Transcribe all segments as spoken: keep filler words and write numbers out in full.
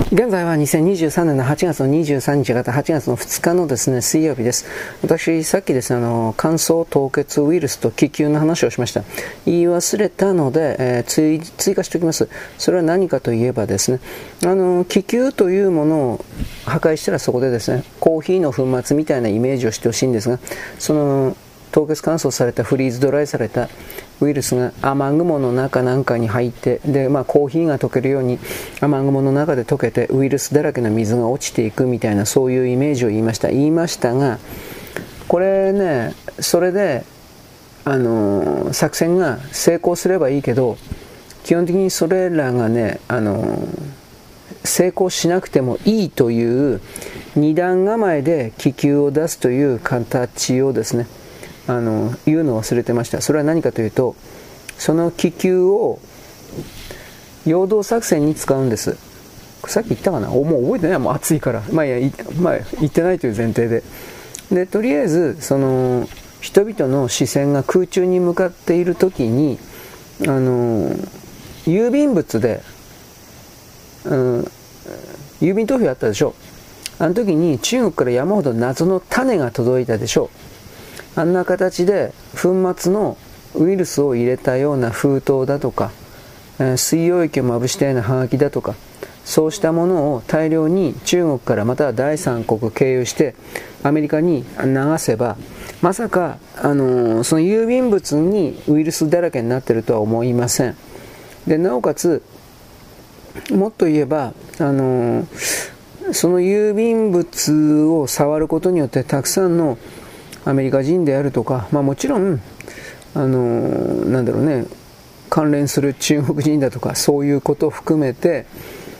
現在はにせんにじゅうさんねんのはちがつのにじゅうさんにち型はちがつのふつかのですね、水曜日です。私、さっきですね、あの、乾燥凍結ウイルスと気球の話をしました。言い忘れたので、えー、追、追加しておきます。それは何かといえばですね、あの、気球というものを破壊したらそこでですね、コーヒーの粉末みたいなイメージをしてほしいんですが、その、凍結乾燥されたフリーズドライされたウイルスが雨雲の中なんかに入ってで、まあ、コーヒーが溶けるように雨雲の中で溶けてウイルスだらけの水が落ちていくみたいな、そういうイメージを言いました言いましたが、これね、それであの作戦が成功すればいいけど、基本的にそれらがね、あの成功しなくてもいいという二段構えで気球を出すという形をですね、あの言うのを忘れてました。それは何かというと、その気球を陽動作戦に使うんです。さっき言ったかな、おもう覚えてない、もう暑いから、まあいや、まあ、言ってないという前提でで、とりあえずその人々の視線が空中に向かっているときに、あの郵便物で、うん、郵便投票あったでしょ。あの時に中国から山ほど謎の種が届いたでしょう。あんな形で粉末のウイルスを入れたような封筒だとか、えー、水溶液をまぶしたようなハガキだとか、そうしたものを大量に中国からまたは第三国経由してアメリカに流せば、まさか、あのー、その郵便物にウイルスだらけになっているとは思いません。で、なおかつもっと言えば、あのー、その郵便物を触ることによってたくさんのアメリカ人であるとか、まあ、もちろん、あのー、なんだろうね、関連する中国人だとか、そういうことを含めて、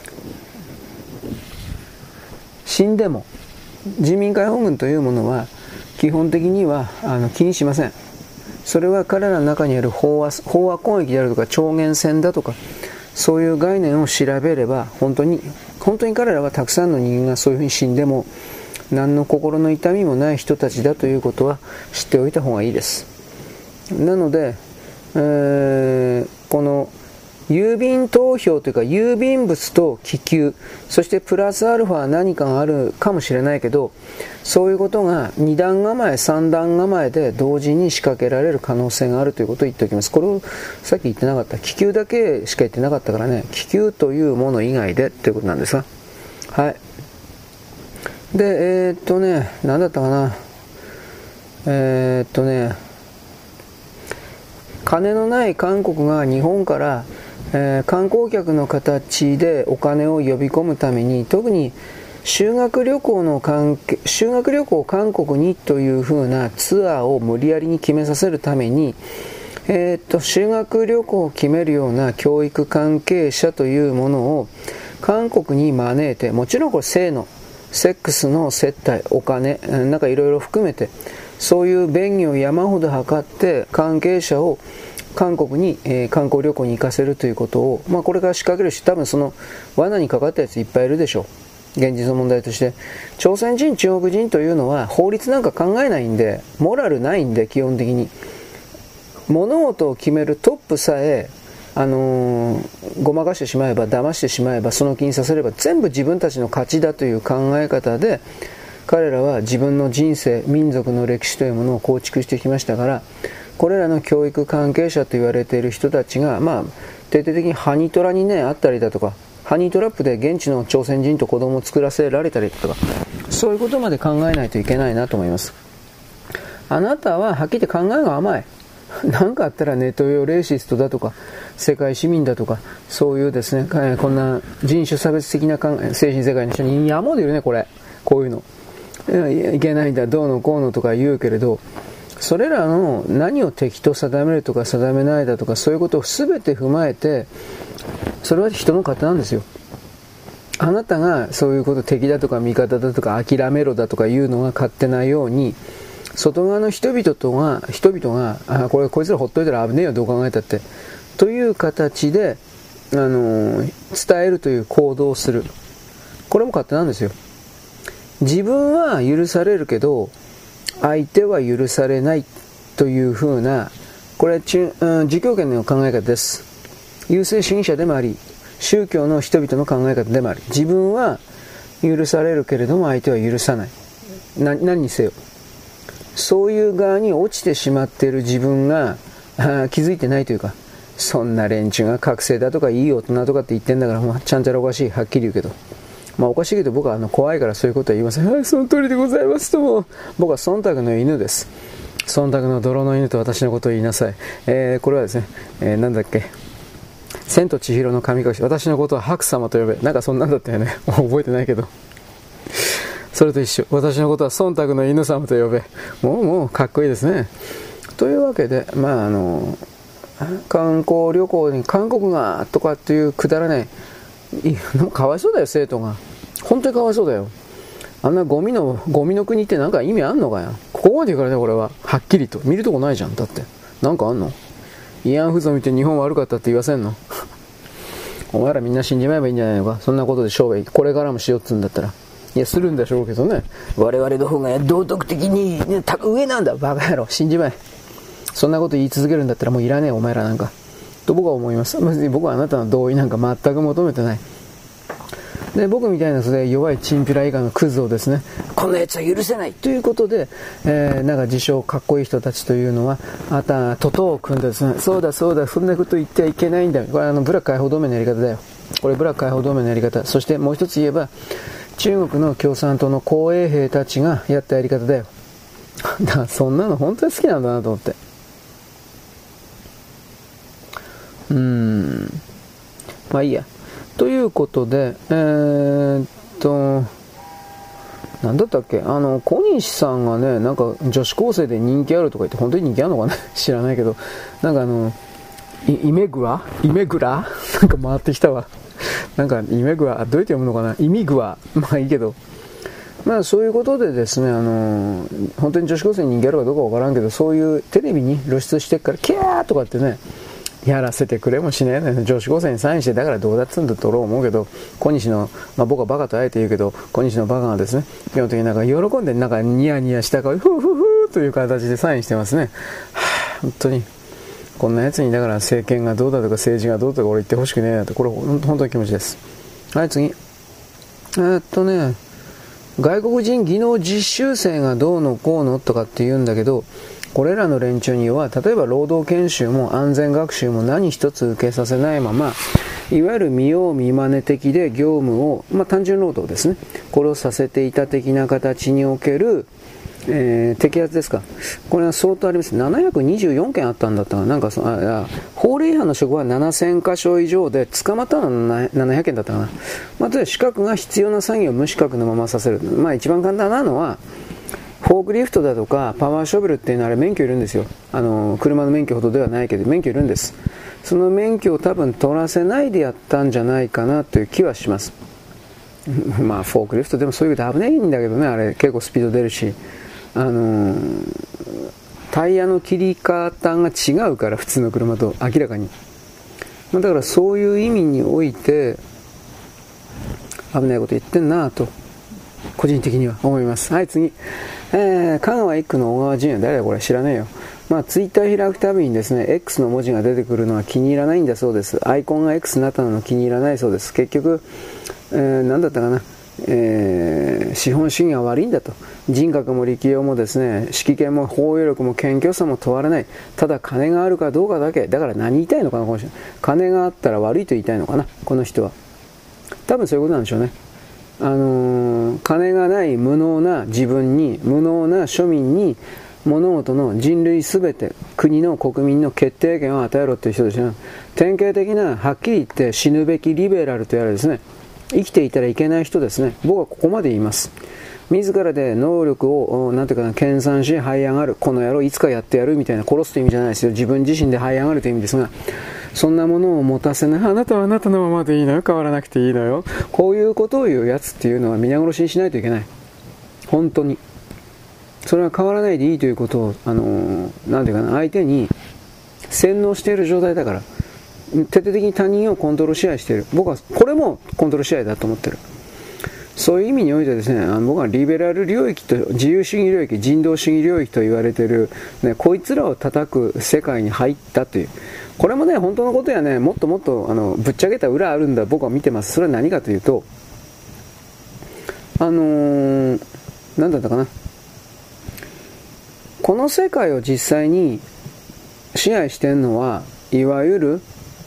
死んでも人民解放軍というものは基本的にはあの気にしません。それは彼らの中にある飽和、飽和攻撃であるとか超限戦だとか、そういう概念を調べれば、本当に本当に彼らはたくさんの人間がそういうふうに死んでも何の心の痛みもない人たちだということは知っておいた方がいいです。なので、えー、この郵便投票というか郵便物と気球、そしてプラスアルファ何かがあるかもしれないけど、そういうことがに段構えさん段構えで同時に仕掛けられる可能性があるということを言っておきます。これをさっき言ってなかった。気球だけしか言ってなかったからね、気球というもの以外でということなんですが、はい。で、えー、っとね、何だったかな。えー、っとね、金のない韓国が日本から、えー、観光客の形でお金を呼び込むために、特に修学旅行の関係、修学旅行韓国にというふうなツアーを無理やりに決めさせるために、えー、っと、修学旅行を決めるような教育関係者というものを韓国に招いて、もちろんこれ性のセックスの接待、お金、なんかいろいろ含めて、そういう便宜を山ほど図って関係者を韓国に、えー、観光旅行に行かせるということを、まあ、これから仕掛けるし、多分その罠にかかったやついっぱいいるでしょう。現実の問題として、朝鮮人、中国人というのは法律なんか考えないんで、モラルないんで、基本的に物事を決めるトップさえあのー、ごまかしてしまえば、騙してしまえば、その気にさせれば全部自分たちの勝ちだという考え方で、彼らは自分の人生、民族の歴史というものを構築してきましたから、これらの教育関係者と言われている人たちが、まあ、徹底的にハニトラにね、あったりだとか、ハニートラップで現地の朝鮮人と子供を作らせられたりとか、そういうことまで考えないといけないなと思います。あなたははっきり言って考えが甘い。何かあったらネトウヨレーシストだとか世界市民だとか、そういうですね、こんな人種差別的な精神世界の人に山ほどいるね、これこういうのいけないんだどうのこうのとか言うけれど、それらの何を敵と定めるとか定めないだとか、そういうことを全て踏まえて、それは人の勝手なんですよ。あなたがそういうこと敵だとか味方だとか諦めろだとかいうのが勝手なように、外側の人々とが人々があこれこいつらほっといたら危ねえよ、どう考えたってという形で、あのー、伝えるという行動をする。これも勝手なんですよ。自分は許されるけど相手は許されないというふうな、これは中、うん、自強権の考え方です。優勢主義者でもあり、 宗教の人々の考え方でもある。自分は許されるけれども相手は許さない。な何にせよ。そういう側に落ちてしまっている自分が気づいてないというか、そんな連中が覚醒だとかいい大人とかって言ってんだから、まあ、ちゃんちゃらおかしい、はっきり言うけど。まあおかしいけど僕はあの怖いからそういうことは言いません。はい、その通りでございますとも。僕は忖度の犬です。忖度の泥の犬と私のことを言いなさい。えー、これはですね、えー、なんだっけ。千と千尋の神隠し。私のことは白様と呼べ。なんかそんなんだったよね。覚えてないけど。それと一緒。私のことは忖度の犬様と呼べ。もうもうかっこいいですね。というわけで、まああの、観光旅行に韓国がとかっていうくだらない、かわいそうだよ、生徒が。本当にかわいそうだよ。あんなゴミの、ゴミの国ってなんか意味あんのかよ。ここまで言うからね、これは。はっきりと。見るとこないじゃん。だって。なんかあんの？慰安婦像見て日本悪かったって言わせんの？お前らみんな死んじまえばいいんじゃないのか。そんなことで商売、これからもしようっつうんだったら。いや、するんでしょうけどね。我々の方が道徳的に、ね、上なんだ。バカ野郎。死んじまえ。そんなこと言い続けるんだったらもういらねえ、お前らなんか。と僕は思います。別に僕はあなたの同意なんか全く求めてない。で、僕みたいなそれ弱いチンピラ以下のクズをですね、こんなやつは許せないということで、えー、なんか自称かっこいい人たちというのは、あた、徒党を組んでですね、そうだそうだ、そんなこと言ってはいけないんだ。これはあの、ブラック解放同盟のやり方だよ。これブラック解放同盟のやり方。そしてもう一つ言えば、中国の共産党の紅衛兵たちがやったやり方だよ。だからそんなの本当に好きなんだなと思って。うーん。まあいいや。ということで、えー、っと、なんだったっけ、あの、小西さんがね、なんか女子高生で人気あるとか言って、本当に人気あるのかな知らないけど、なんかあの、イメグワイメグラなんか回ってきたわ。なんかイメグワ、どうやって読むのかな、イミグワ。まあいいけど。まあそういうことでですね、あの、本当に女子高生に人気あるかどうかわからんけど、そういうテレビに露出してっから、キャーとかってね、やらせてくれもしねえね。女子高生にサインしてだからどうだっつんだと思うけど、小西の、まあ僕はバカとあえて言うけど、小西のバカがですね、基本的になんか喜んでなんかニヤニヤした顔、ふふふという形でサインしてますね。はぁ、本当に。こんなやつにだから政権がどうだとか政治がどうとか俺言ってほしくねえなと、これ本当に気持ちです。はい、次。えー、っとね、外国人技能実習生がどうのこうのとかって言うんだけど、これらの連中には例えば労働研修も安全学習も何一つ受けさせないまま、いわゆる見よう見まね的で業務を、まあ単純労働ですね、これをさせていた的な形における、えー、摘発ですか。これは相当あります。ななひゃくにじゅうよんけんあったんだったかな。なんかそああ法令違反の職はななせんかしょ以上で捕まったのはななひゃっけんだったかな。まあ、例えば資格が必要な作業を無資格のままさせる。まあ一番簡単なのはフォークリフトだとかパワーショベルっていうのはあれ免許いるんですよ。あの車の免許ほどではないけど免許いるんです。その免許を多分取らせないでやったんじゃないかなという気はします。まあフォークリフトでもそういうこと危ないんだけどね、あれ結構スピード出るし、あのタイヤの切り方が違うから普通の車と明らかに。だからそういう意味において危ないこと言ってんなと個人的には思います。はい、次。えー、香川一区の小川淳也、誰だこれ知らねえよ。まあ、ツイッター開くたびにですね、X の文字が出てくるのは気に入らないんだそうです。アイコンが X になったのも気に入らないそうです。結局、えー、なんだったかな、えー、資本主義が悪いんだと。人格も力量もですね、指揮権も包容力も謙虚さも問われない。ただ金があるかどうかだけ。だから何言いたいのかな、この人。金があったら悪いと言いたいのかな、この人は。多分そういうことなんでしょうね。あのー、金がない無能な自分に、無能な庶民に物事の人類すべて、国の国民の決定権を与えろっていう人ですよ。典型的な、はっきり言って死ぬべきリベラルとやらですね、生きていたらいけない人ですね。僕はここまで言います。自らで能力を、なんていうかな、研鑽し、這い上がる。この野郎いつかやってやるみたいな、殺すという意味じゃないですよ。自分自身で這い上がるという意味ですが、そんなものを持たせない。あなたはあなたのままでいいのよ。変わらなくていいのよ。こういうことを言うやつっていうのは皆殺しにしないといけない。本当に。それは変わらないでいいということを、あのー、なんていうかな、相手に洗脳している状態だから。徹底的に他人をコントロール支配している。僕はこれもコントロール支配だと思ってる。そういう意味においてですね、あの僕はリベラル領域と自由主義領域、人道主義領域と言われている、ね、こいつらを叩く世界に入ったという。 これもね、本当のことやね、もっともっとあのぶっちゃけた裏あるんだ、僕は見てます。それは何かというと、あのー、なんだったかな、この世界を実際に支配してんのは、いわゆる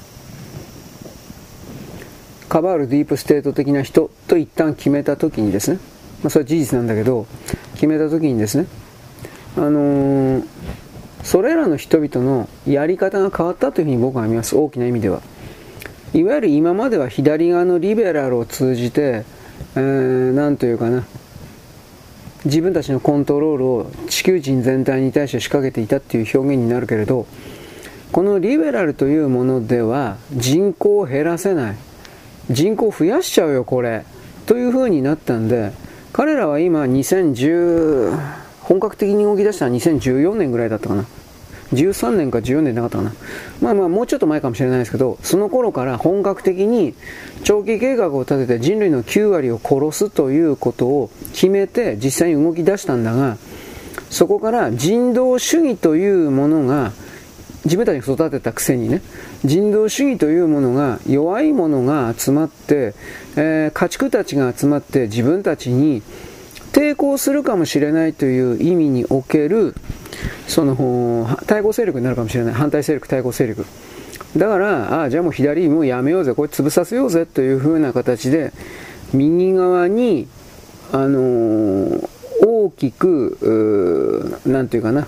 カバールディープステート的な人と一旦決めたときにですね、まあ、それは事実なんだけど、決めたときにですね、あのー、それらの人々のやり方が変わったというふうに僕は見ます。大きな意味では。いわゆる今までは左側のリベラルを通じて、えー、なんというかな、自分たちのコントロールを地球人全体に対して仕掛けていたっていう表現になるけれど、このリベラルというものでは人口を減らせない、人口を増やしちゃうよこれという風になったんで、彼らは今にせんじゅう本格的に動き出したのはにせんじゅうよねんぐらいだったかな、じゅうさんねんかじゅうよねんなかったかな、まあまあもうちょっと前かもしれないですけど、その頃から本格的に長期計画を立てて人類のきゅうわりを殺すということを決めて実際に動き出したんだが、そこから人道主義というものが、自分たちに育てたくせにね、人道主義というものが、弱い者が集まって、えー、家畜たちが集まって自分たちに抵抗するかもしれないという意味における、その対抗勢力になるかもしれない、反対勢力、対抗勢力だから、ああじゃあもう左もうやめようぜ、これ潰させようぜという風な形で右側に、あのー、大きくなんていうかな、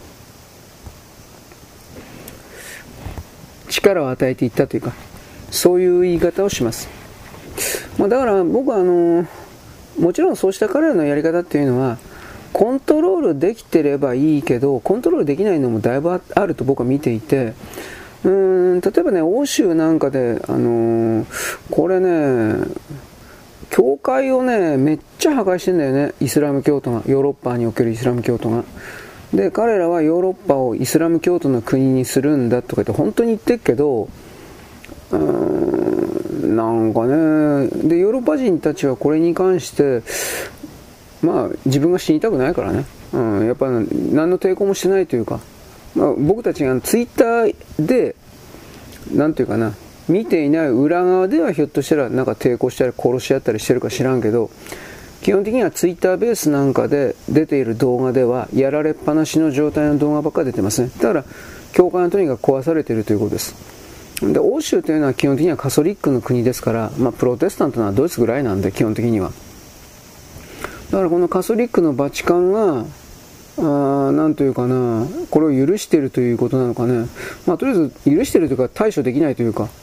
力を与えていったというか、そういう言い方をします。まあ、だから僕はあのもちろんそうした彼らのやり方っていうのはコントロールできてればいいけど、コントロールできないのもだいぶあると僕は見ていて、うーん例えばね、欧州なんかで、あのー、これね、教会をねめっちゃ破壊してんだよね、イスラム教徒が、ヨーロッパにおけるイスラム教徒が。で彼らはヨーロッパをイスラム教徒の国にするんだとか言って本当に言ってるけど、うーんなんかね、でヨーロッパ人たちはこれに関してまあ自分が死にたくないからね、うん、やっぱり何の抵抗もしてないというか、まあ、僕たちがツイッターでなんていうかな、見ていない裏側ではひょっとしたらなんか抵抗したり殺し合ったりしてるか知らんけど、基本的にはツイッターベースなんかで出ている動画ではやられっぱなしの状態の動画ばっかり出てますね。だから教会のとにかく壊されているということです。で欧州というのは基本的にはカソリックの国ですから、まあ、プロテスタントはドイツぐらいなんで基本的には。だからこのカソリックのバチカンがあなんというかな、これを許しているということなのかね、まあ、とりあえず許しているというか対処できないというか、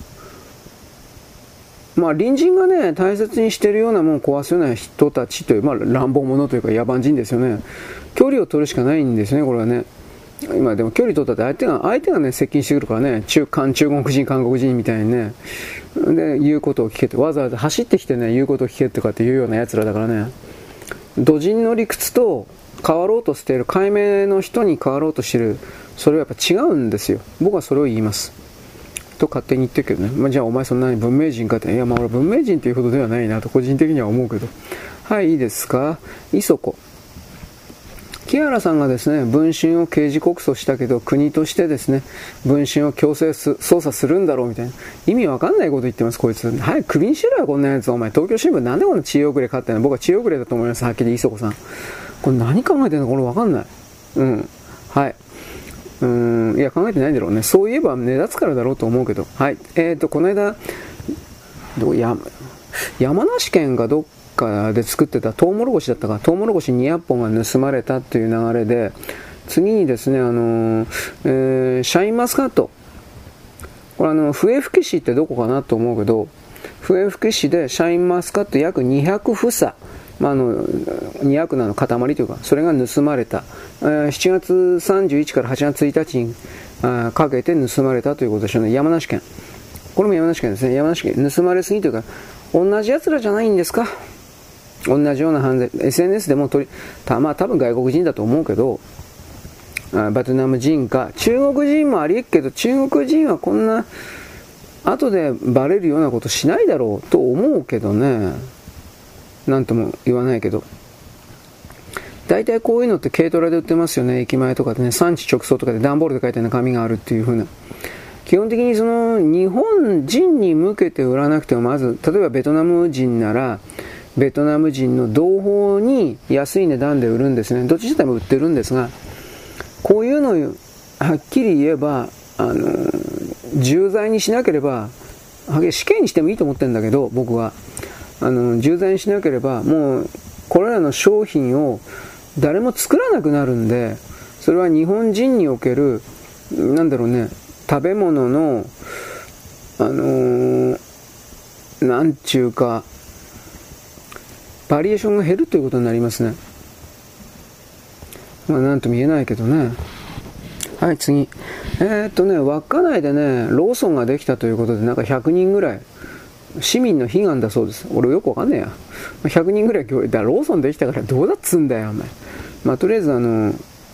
まあ、隣人がね大切にしているようなものを壊すような人たちという、まあ、乱暴者というか野蛮人ですよね。距離を取るしかないんですね、これはね。今でも距離取ったって相手が相手がね接近してくるからね、中韓中国人韓国人みたいにね、で言うことを聞けって、わざわざ走ってきてね言うことを聞けとかっていうようなやつらだからね、土人の理屈と変わろうとしている解明の人に変わろうとしている、それはやっぱ違うんですよ。僕はそれを言いますと勝手に言ってるけどね、まあ、じゃあお前そんなに文明人かって、いやまあ俺文明人というほどではないなと個人的には思うけど、はいいいですか。磯子木原さんがですね、文春を刑事告訴したけど国としてですね文春を強制捜査するんだろうみたいな意味わかんないこと言ってますこいつ。はい、クビにしろよこんなやつ。お前東京新聞なんでこの知恵遅れかっての。僕は知恵遅れだと思います、はっきり磯子さん。これ何考えてるのこれわかんない。うんはい、うーんいや考えてないんだろうね。そういえば目立つからだろうと思うけど、はい、えーとこの間どや山梨県がどっかで作ってたトウモロコシだったか、トウモロコシにひゃっぽんが盗まれたっていう流れで、次にですねあの、えー、シャインマスカット、これあの笛吹市ってどこかなと思うけど、笛吹市でシャインマスカット約にひゃくふさ、まあ、あのにひゃくなの塊というか、それが盗まれた、えー、しちがつさんじゅういちからはちがつついたちにあかけて盗まれたということでしょうね。山梨県、これも山梨県ですね。山梨県盗まれすぎというか、同じやつらじゃないんですか。同じような犯罪 エスエヌエス でもとりた、まあ多分外国人だと思うけど、あベトナム人か中国人もありえっけど、中国人はこんな後でバレるようなことしないだろうと思うけどね、なんとも言わないけど、大体こういうのって軽トラで売ってますよね。駅前とかでね、産地直送とかで段ボールで書いたような紙があるっていう風な。 基本的にその日本人に向けて売らなくても、まず例えばベトナム人ならベトナム人の同胞に安い値段で売るんですね。どっち自体も売ってるんですが、こういうのをはっきり言えば、あの重罪にしなければ、死刑にしてもいいと思ってるんだけど、僕はあの重罪にしなければもうこれらの商品を誰も作らなくなるんで、それは日本人におけるなんだろうね、食べ物のあのー、なんちゅうかバリエーションが減るということになりますね。まあなんとも言えないけどね。はい、次。えー、っとね、稚内でね、ローソンができたということで、なんかひゃくにんぐらい、市民の悲願だそうです。俺よくわかんねえや。ひゃくにんぐらい、だからローソンできたからどうだっつんだよ、お前。まあ、とりあえずあの、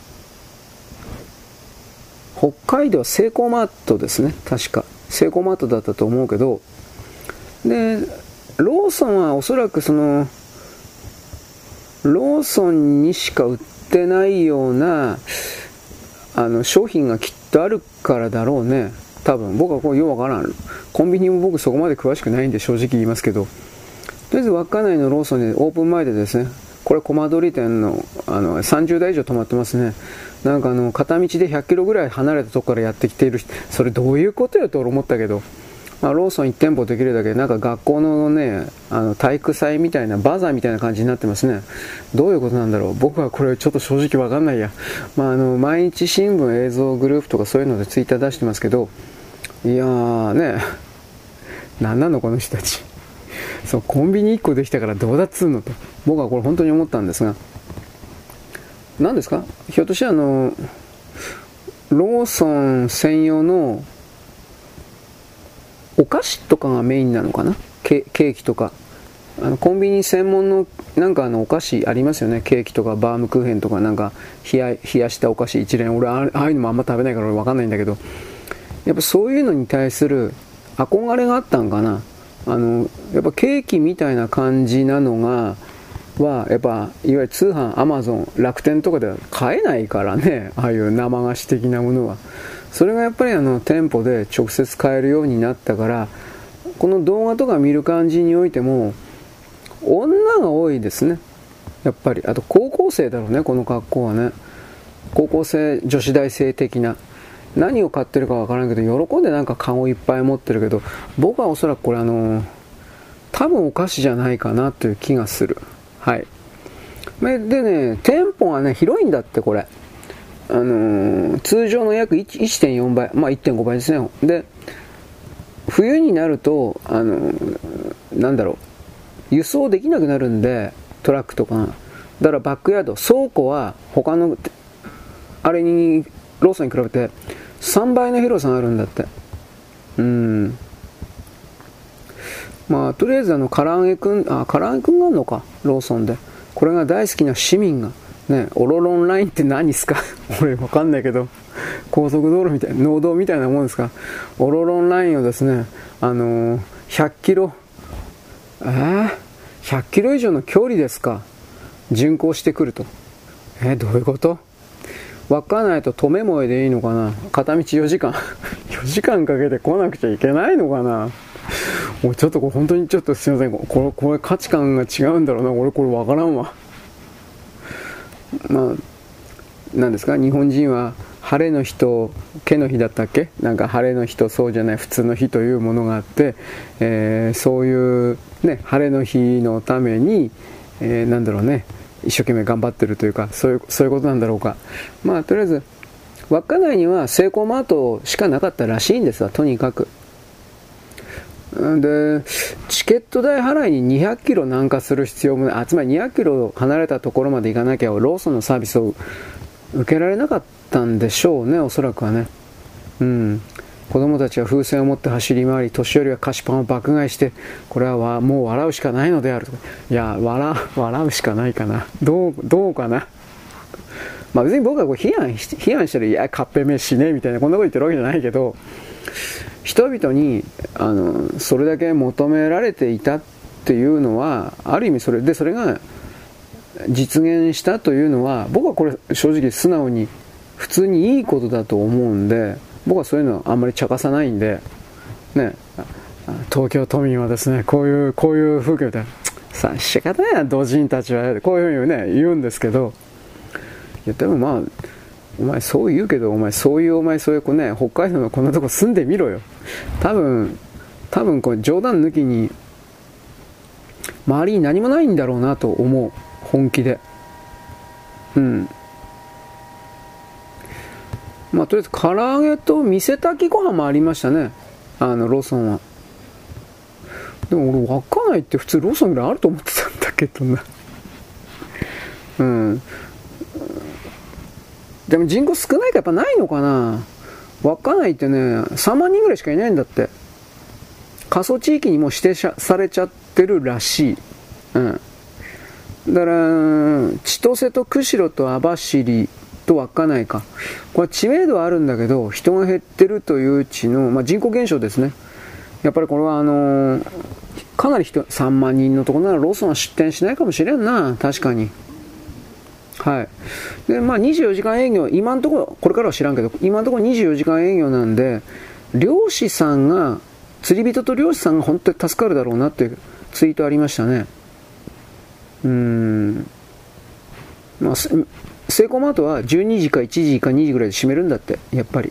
北海道はセイコーマートですね、確か。セイコーマートだったと思うけど、で、ローソンはおそらくその、ローソンにしか売ってないような、あの商品がきっとあるからだろうね。多分僕はこうようわからん。コンビニも僕そこまで詳しくないんで正直言いますけど、とりあえず稚内のローソンでオープン前でですね、これコマ撮り店の、あのさんじゅうだい以上止まってますね。なんかあの片道でひゃっキロぐらい離れたとこからやってきている人、それどういうことよと俺思ったけど、まあ、ローソンいち店舗できるだけなんか学校のね、あの体育祭みたいなバザーみたいな感じになってますね。どういうことなんだろう。僕はこれちょっと正直わかんないや。まあ、あの毎日新聞映像グループとかそういうのでツイッター出してますけど、いやーね、なんなのこの人たち。そうコンビニいっこできたからどうだっつうのと僕はこれ本当に思ったんですが、何ですか、ひょっとしてあのローソン専用のお菓子とかがメインなのかな、ケ, ケーキとか、あのコンビニ専門のなんかあのお菓子ありますよね。ケーキとかバームクーヘンとかなんか冷 や, 冷やしたお菓子一連、俺ああいうのもあんま食べないから俺分かんないんだけど、やっぱそういうのに対する憧れがあったんかな。あのやっぱケーキみたいな感じなのがはやっぱいわゆる通販アマゾン楽天とかでは買えないからね、ああいう生菓子的なものは。それがやっぱりあの店舗で直接買えるようになったから、この動画とか見る感じにおいても女が多いですね、やっぱり。あと高校生だろうね、この格好はね。高校生女子大生的な、何を買ってるかわからんけど喜んでなんかカゴいっぱい持ってるけど、僕はおそらくこれあの多分お菓子じゃないかなという気がする。はい。でね、店舗がね広いんだってこれ。あのー、通常の約 いってんよん 倍、まあ いってんご 倍ですね。で、冬になると、あのー、なんだろう、輸送できなくなるんで、トラックとか。だからバックヤード、倉庫は他の、あれに、ローソンに比べてさんばいの広さがあるんだって。うん。まあ、とりあえずあの、唐揚げくん、あ、唐揚げくんがあるのか、ローソンで。これが大好きな市民が、ね、オロロンラインって何ですか俺わかんないけど、高速道路みたいな、農道みたいなもんですか。オロロンラインをですね、あのー、ひゃっキロ、えー、ひゃっキロ以上の距離ですか、巡航してくると。えー、どういうこと？稚内と留萌でいいのかな、片道よじかんよじかんかけて来なくちゃいけないのかな。もうちょっとこれ本当にちょっとすいません、これ、これ価値観が違うんだろうな、俺これわからんわ。まあ、なんですか、日本人は晴れの日と毛の日だったっけ、なんか晴れの日とそうじゃない普通の日というものがあって、えー、そういう、ね、晴れの日のために、えー、なんだろうね、一生懸命頑張ってるというか、そういう、そういうことなんだろうか。まあとりあえず稚内にはセイコーマートしかなかったらしいんですわ、とにかく。でチケット代払いににひゃくキロ南下する必要もない、あ、つまりにひゃくキロ離れたところまで行かなきゃローソンのサービスを受けられなかったんでしょうね、おそらくはね。うん、子供たちは風船を持って走り回り、年寄りは菓子パンを爆買いして、これはもう笑うしかないのであると。いや、笑笑うしかないかな、どうどうかな。まあ別に僕はこう批判し批判したら、いやカッペ飯ねみたいなこんなこと言ってるわけじゃないけど、人々にあのそれだけ求められていたっていうのはある意味それで、それが実現したというのは僕はこれ正直素直に普通にいいことだと思うんで、 僕はそういうのあんまり茶化さないんで、ね、東京都民はですね、こういう、こういう風景で、さあ仕方ないな、同人たちは、こういうふうにね、言うんですけど、いや、でもまあ、お前そう言うけど、お前そういう、お前そういう子ね、北海道のこんなとこ住んでみろよ。多分、多分これ冗談抜きに、周りに何もないんだろうなと思う。本気で。うん。まあ、とりあえず唐揚げと店炊きご飯もありましたね。あの、ローソンは。でも俺、稚内って普通ローソンぐらいあると思ってたんだけどな。うん。でも人口少ないからやっぱないのかな。稚内ってね、さんまんにんぐらいしかいないんだって。過疎地域にも指定されちゃってるらしい。うん。だから、千歳と釧路と網走と稚内か。これ知名度はあるんだけど、人が減ってるといううちの、まあ、人口減少ですね。やっぱりこれはあのー、かなり人、さんまんにんのところならローソンは出店しないかもしれんな。確かに。はい。で、まあにじゅうよじかん営業、今のところ、これからは知らんけど、今のところにじゅうよじかん営業なんで、漁師さんが、釣り人と漁師さんが本当に助かるだろうなっていうツイートありましたね。うーん。まあ、セイコーマートはじゅうにじかいちじかにじぐらいで閉めるんだって、やっぱり。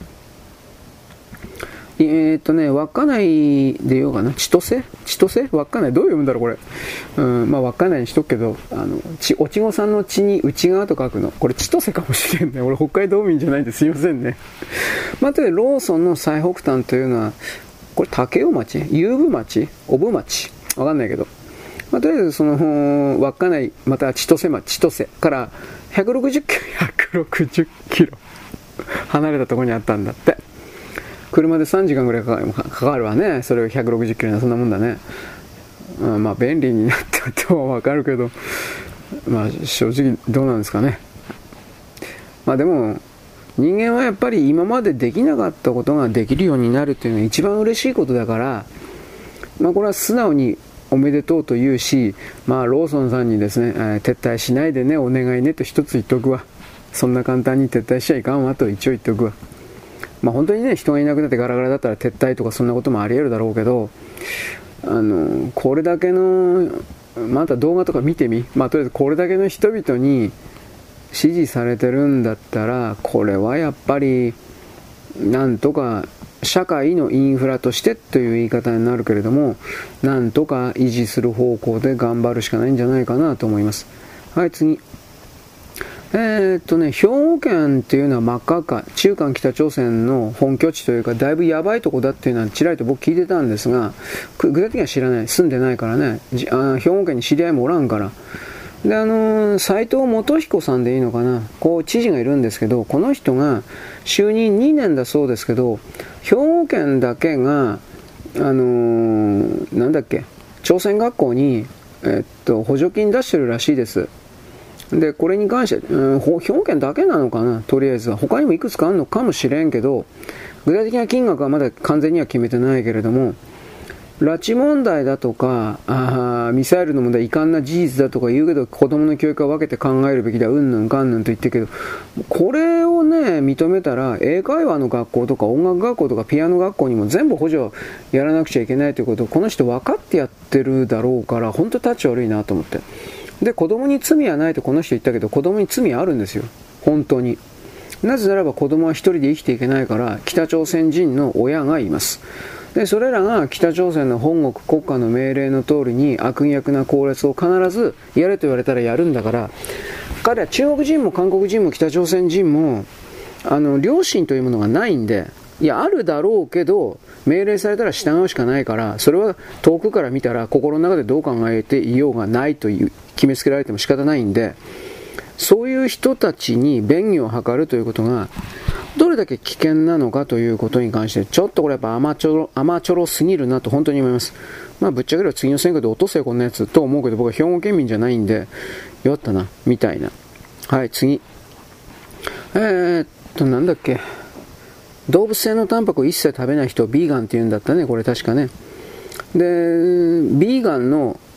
えーっとね、稚内で言おうかな。千歳千歳稚内どう読むんだろう、これ。うん、まあ稚内にしとくけど、あの、ち、おちごさんの地に内側と書くの。これ千歳かもしれんね。俺北海道民じゃないんですいませんね。まあ、とりあえずローソンの最北端というのは、これ武雄町遊武町小部町わかんないけど。まあ、とりあえずその、稚内、また千歳町、千歳からひゃくろくじゅっキロ、ひゃくろくじゅっキロ離れたところにあったんだって。車でさんじかんぐらいかかる、かかるわね。それをひゃくろくじゅっキロな、そんなもんだね。うん、まあ便利になったとはわかるけど、まあ正直どうなんですかね。まあでも、人間はやっぱり今までできなかったことができるようになるっていうのが一番嬉しいことだから、まあこれは素直におめでとうと言うし、まあローソンさんにですね、えー、撤退しないでね、お願いねと一つ言っとくわ。そんな簡単に撤退しちゃいかんわと一応言っとくわ。まあ本当にね、人がいなくなってガラガラだったら撤退とかそんなこともあり得るだろうけど、あの、これだけの、また動画とか見てみ、まあとりあえずこれだけの人々に支持されてるんだったら、これはやっぱり、なんとか社会のインフラとしてという言い方になるけれども、なんとか維持する方向で頑張るしかないんじゃないかなと思います。はい、次。えーっとね、兵庫県っていうのは真っ赤っか、中韓北朝鮮の本拠地というか、だいぶやばいとこだっていうのはちらりと僕聞いてたんですが、具体的には知らない。住んでないからね。あ、兵庫県に知り合いもおらんから。で、あのー、斉藤元彦さんでいいのかな。こう、知事がいるんですけど、この人が就任にねんだそうですけど、兵庫県だけが、あのー、なんだっけ、朝鮮学校に、えっと、補助金出してるらしいです。で、これに関して、うん、兵庫県だけなのかな、とりあえずは。他にもいくつかあるのかもしれんけど、具体的な金額はまだ完全には決めてないけれども、拉致問題だとか、あミサイルの問題、遺憾な事実だとか言うけど、子供の教育は分けて考えるべきだ、うんぬんかんぬんと言ってるけど、これをね、認めたら、英会話の学校とか音楽学校とかピアノ学校にも全部補助やらなくちゃいけないということを、この人分かってやってるだろうから、本当にタッチ悪いなと思って。で、子供に罪はないとこの人言ったけど、子供に罪はあるんですよ。本当に。なぜならば子供は一人で生きていけないから、北朝鮮人の親がいます。で、それらが北朝鮮の本国国家の命令の通りに悪逆な行列を必ずやれと言われたらやるんだから、彼は中国人も韓国人も北朝鮮人も、あの、良心というものがないんで、いや、あるだろうけど、命令されたら従うしかないから、それは遠くから見たら心の中でどう考えていようがないという決めつけられても仕方ないんで、そういう人たちに便宜を図るということが、どれだけ危険なのかということに関して、ちょっとこれやっぱ甘ちょろ、甘ちょろすぎるなと本当に思います。まあぶっちゃければ次の選挙で落とせよこんなやつと思うけど、僕は兵庫県民じゃないんで、よったな、みたいな。はい、次。えーっと、なんだっけ。動物性のタンパクを一切食べない人をビーガンって言うんだったね、これ確かね。で、ビーガンの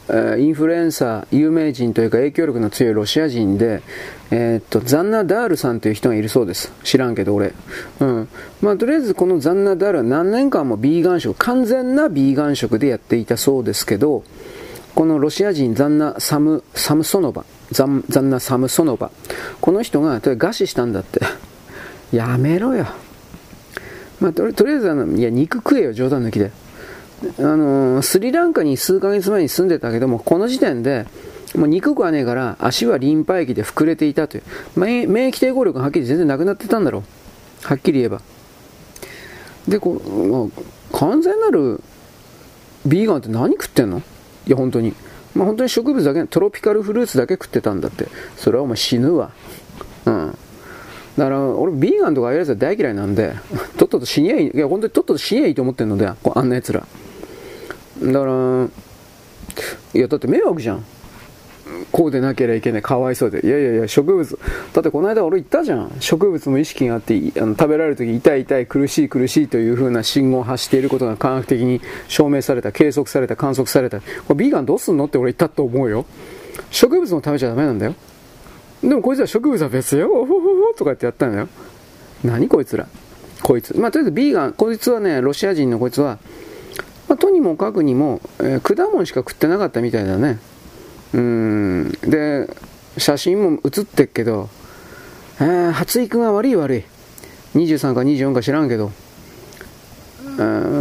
インフルエンサー、有名人というか影響力の強いロシア人で、えー、っとザンナ・ダールさんという人がいるそうです。知らんけど俺、うん、まあとりあえずこのザンナ・ダールは何年間もビーガン食、完全なビーガン食でやっていたそうですけど、このロシア人ザンナ・サムサムソノバザンザンナ・サムソノバ、この人が餓死したんだって。やめろよ。まあ、と, とりあえずあのいや肉食えよ、冗談抜きで。あのー、スリランカに数ヶ月前に住んでたけども、この時点でもう肉食わねえから足はリンパ液で膨れていたという、免疫抵抗力がはっきり全然なくなってたんだろう、はっきり言えば。でこう、まあ、完全なるビーガンって何食ってんの。いや本当に、まあ、本当に植物だけ、トロピカルフルーツだけ食ってたんだって。それはお前死ぬわ。うんだから俺ビーガンとかああいうやつは大嫌いなんで、とっとと死にゃいい、いや本当にとっとと死にゃいいと思ってるので、あんなやつらだから、いやだって迷惑じゃん、こうでなければいけない、かわいそうで。いやいやいや、植物だってこの間俺言ったじゃん、植物の意識があって、あの食べられるとき痛い痛い苦しい苦しいという風な信号を発していることが科学的に証明された、計測された、観測された。これビーガンどうすんのって俺言ったと思うよ。植物も食べちゃダメなんだよ。でもこいつは植物は別よ、おほほほとかってやったんだよ。何こいつら、こいつ、まあとりあえずビーガン、こいつはね、ロシア人のこいつは、まあ、とにもかくにも、えー、果物しか食ってなかったみたいだね。うーんで写真も写ってっけど、えー、発育が悪い悪い、にじゅうさんかにじゅうよんか知らんけど、うー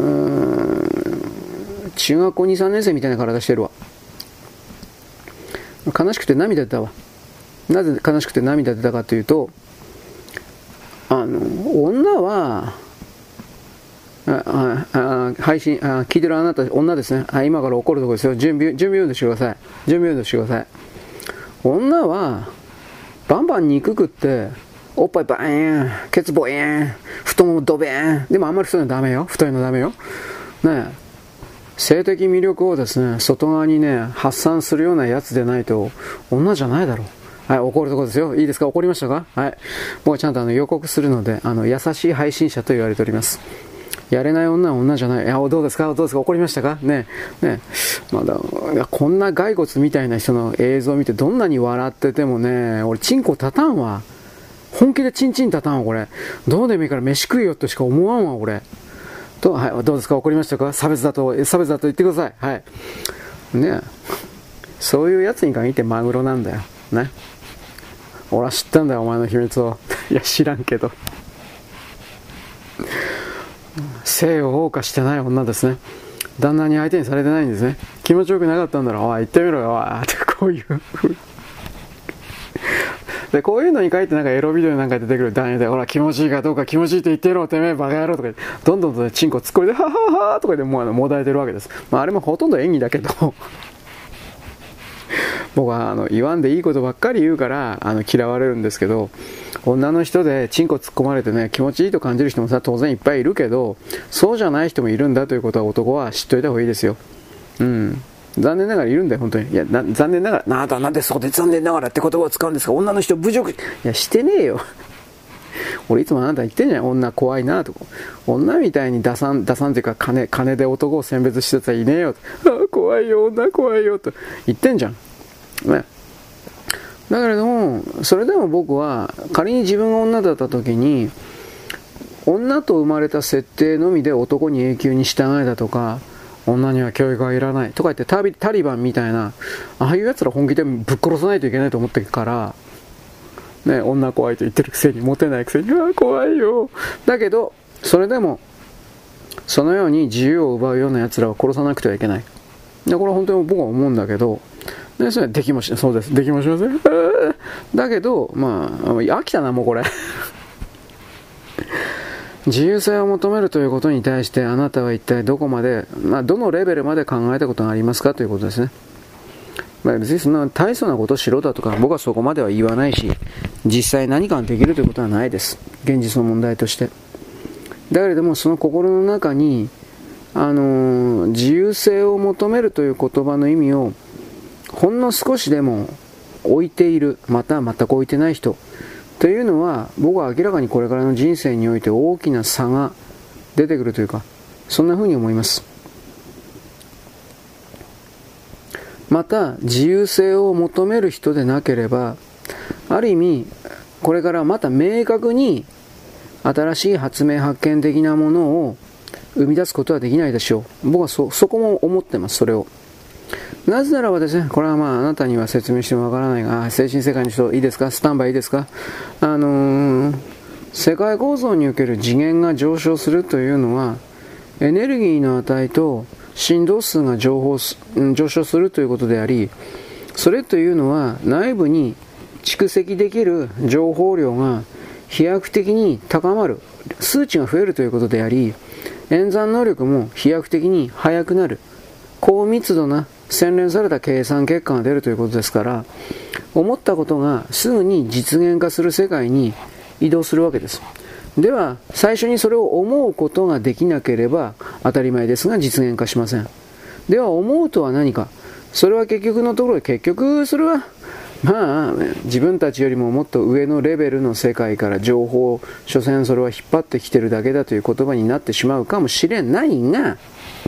ん中学校に、さんねん生みたいな体してるわ。悲しくて涙出たわ。なぜ悲しくて涙出たかというと、あの女はあああ配信あ聞いてるあなた女ですね。あ今から怒るところですよ。準備準備運動してください。準備運動してください。女はバンバン肉食っておっぱいバーン、ケツボーン、太ももドベーン。でもあんまり太いのダメよ。太いのダメよ。ねえ、性的魅力をですね外側にね発散するようなやつでないと女じゃないだろう。はい、怒るところですよ。いいですか、怒りましたか。はい、僕はちゃんとあの予告するので、あの優しい配信者と言われております。やれない女は女じゃない。いや、どうですかどうですか、怒りましたかねね。まだいやこんな骸骨みたいな人の映像を見てどんなに笑っててもね、俺チンコ立たんわ。本気でチンチン立たんわこれ。どうでもいいから飯食いよとしか思わんわ俺と。はい、どうですか、怒りましたか。差別だと差別だと言ってください。はいね、そういうやつに限ってマグロなんだよね。俺は知ったんだよお前の秘密を。いや知らんけど、性を謳歌してない女ですね。旦那に相手にされてないんですね。気持ちよくなかったんだろう。おい言ってみろよおいってこういうでこういうのに書いてなんかエロビデオなんか出てくる男優で、ほら気持ちいいかどうか気持ちいいと言ってやろうてめえバカ野郎とかどんどんとねチンコ突っ込んでははははとかでもうあのもだえてるわけです。まああれもほとんど演技だけど僕はあの言わんでいいことばっかり言うからあの嫌われるんですけど、女の人でチンコ突っ込まれてね気持ちいいと感じる人もさ当然いっぱいいるけど、そうじゃない人もいるんだということは男は知っといた方がいいですよ。うん残念ながらいるんだよ本当に。いやな残念ながらなあだなんでそこで残念ながらって言葉を使うんですか。女の人侮辱、いやしてねえよ俺いつもあなた言ってんじゃん、女怖いなとか、女みたいに打算打算というか金金で男を選別してたらいねえよと、あ怖いよ女怖いよと言ってんじゃんね。だけれどもそれでも僕は仮に自分が女だった時に女と生まれた設定のみで男に永久に従いだとか女には教育はいらないとか言ってタビタリバンみたいなああいうやつら本気でぶっ殺さないといけないと思ってるからね、女怖いと言ってるくせにモテないくせにあ怖いよ。だけどそれでもそのように自由を奪うようなやつらは殺さなくてはいけない。でこれは本当に僕は思うんだけど、でそれはできもしそうですできもしませんだけどまあ飽きたなもうこれ自由性を求めるということに対してあなたは一体どこまで、まあ、どのレベルまで考えたことがありますかということですね。まあ、別にそんな大層なことをしろだとか僕はそこまでは言わないし、実際何かができるということはないです、現実の問題として。だけれどもその心の中に、あのー、自由性を求めるという言葉の意味をほんの少しでも置いている、または全く置いてない人というのは僕は明らかにこれからの人生において大きな差が出てくるというか、そんな風に思います。 また自由性を求める人でなければ、ある意味これからまた明確に新しい発明発見的なものを生み出すことはできないでしょう。僕は そ, そこも思ってます。それをなぜならばですね、これはまああなたには説明してもわからないが、精神世界の人いいですか、スタンバイいいですか。あのー、世界構造における次元が上昇するというのは、エネルギーの値と振動数が上昇す上昇するということであり、それというのは内部に蓄積できる情報量が飛躍的に高まる、数値が増えるということであり、演算能力も飛躍的に速くなる、高密度な洗練された計算結果が出るということですから、思ったことがすぐに実現化する世界に移動するわけです。では最初にそれを思うことができなければ当たり前ですが実現化しません。では思うとは何か。それは結局のところ結局それはまあ自分たちよりももっと上のレベルの世界から情報を所詮それは引っ張ってきてるだけだという言葉になってしまうかもしれないが、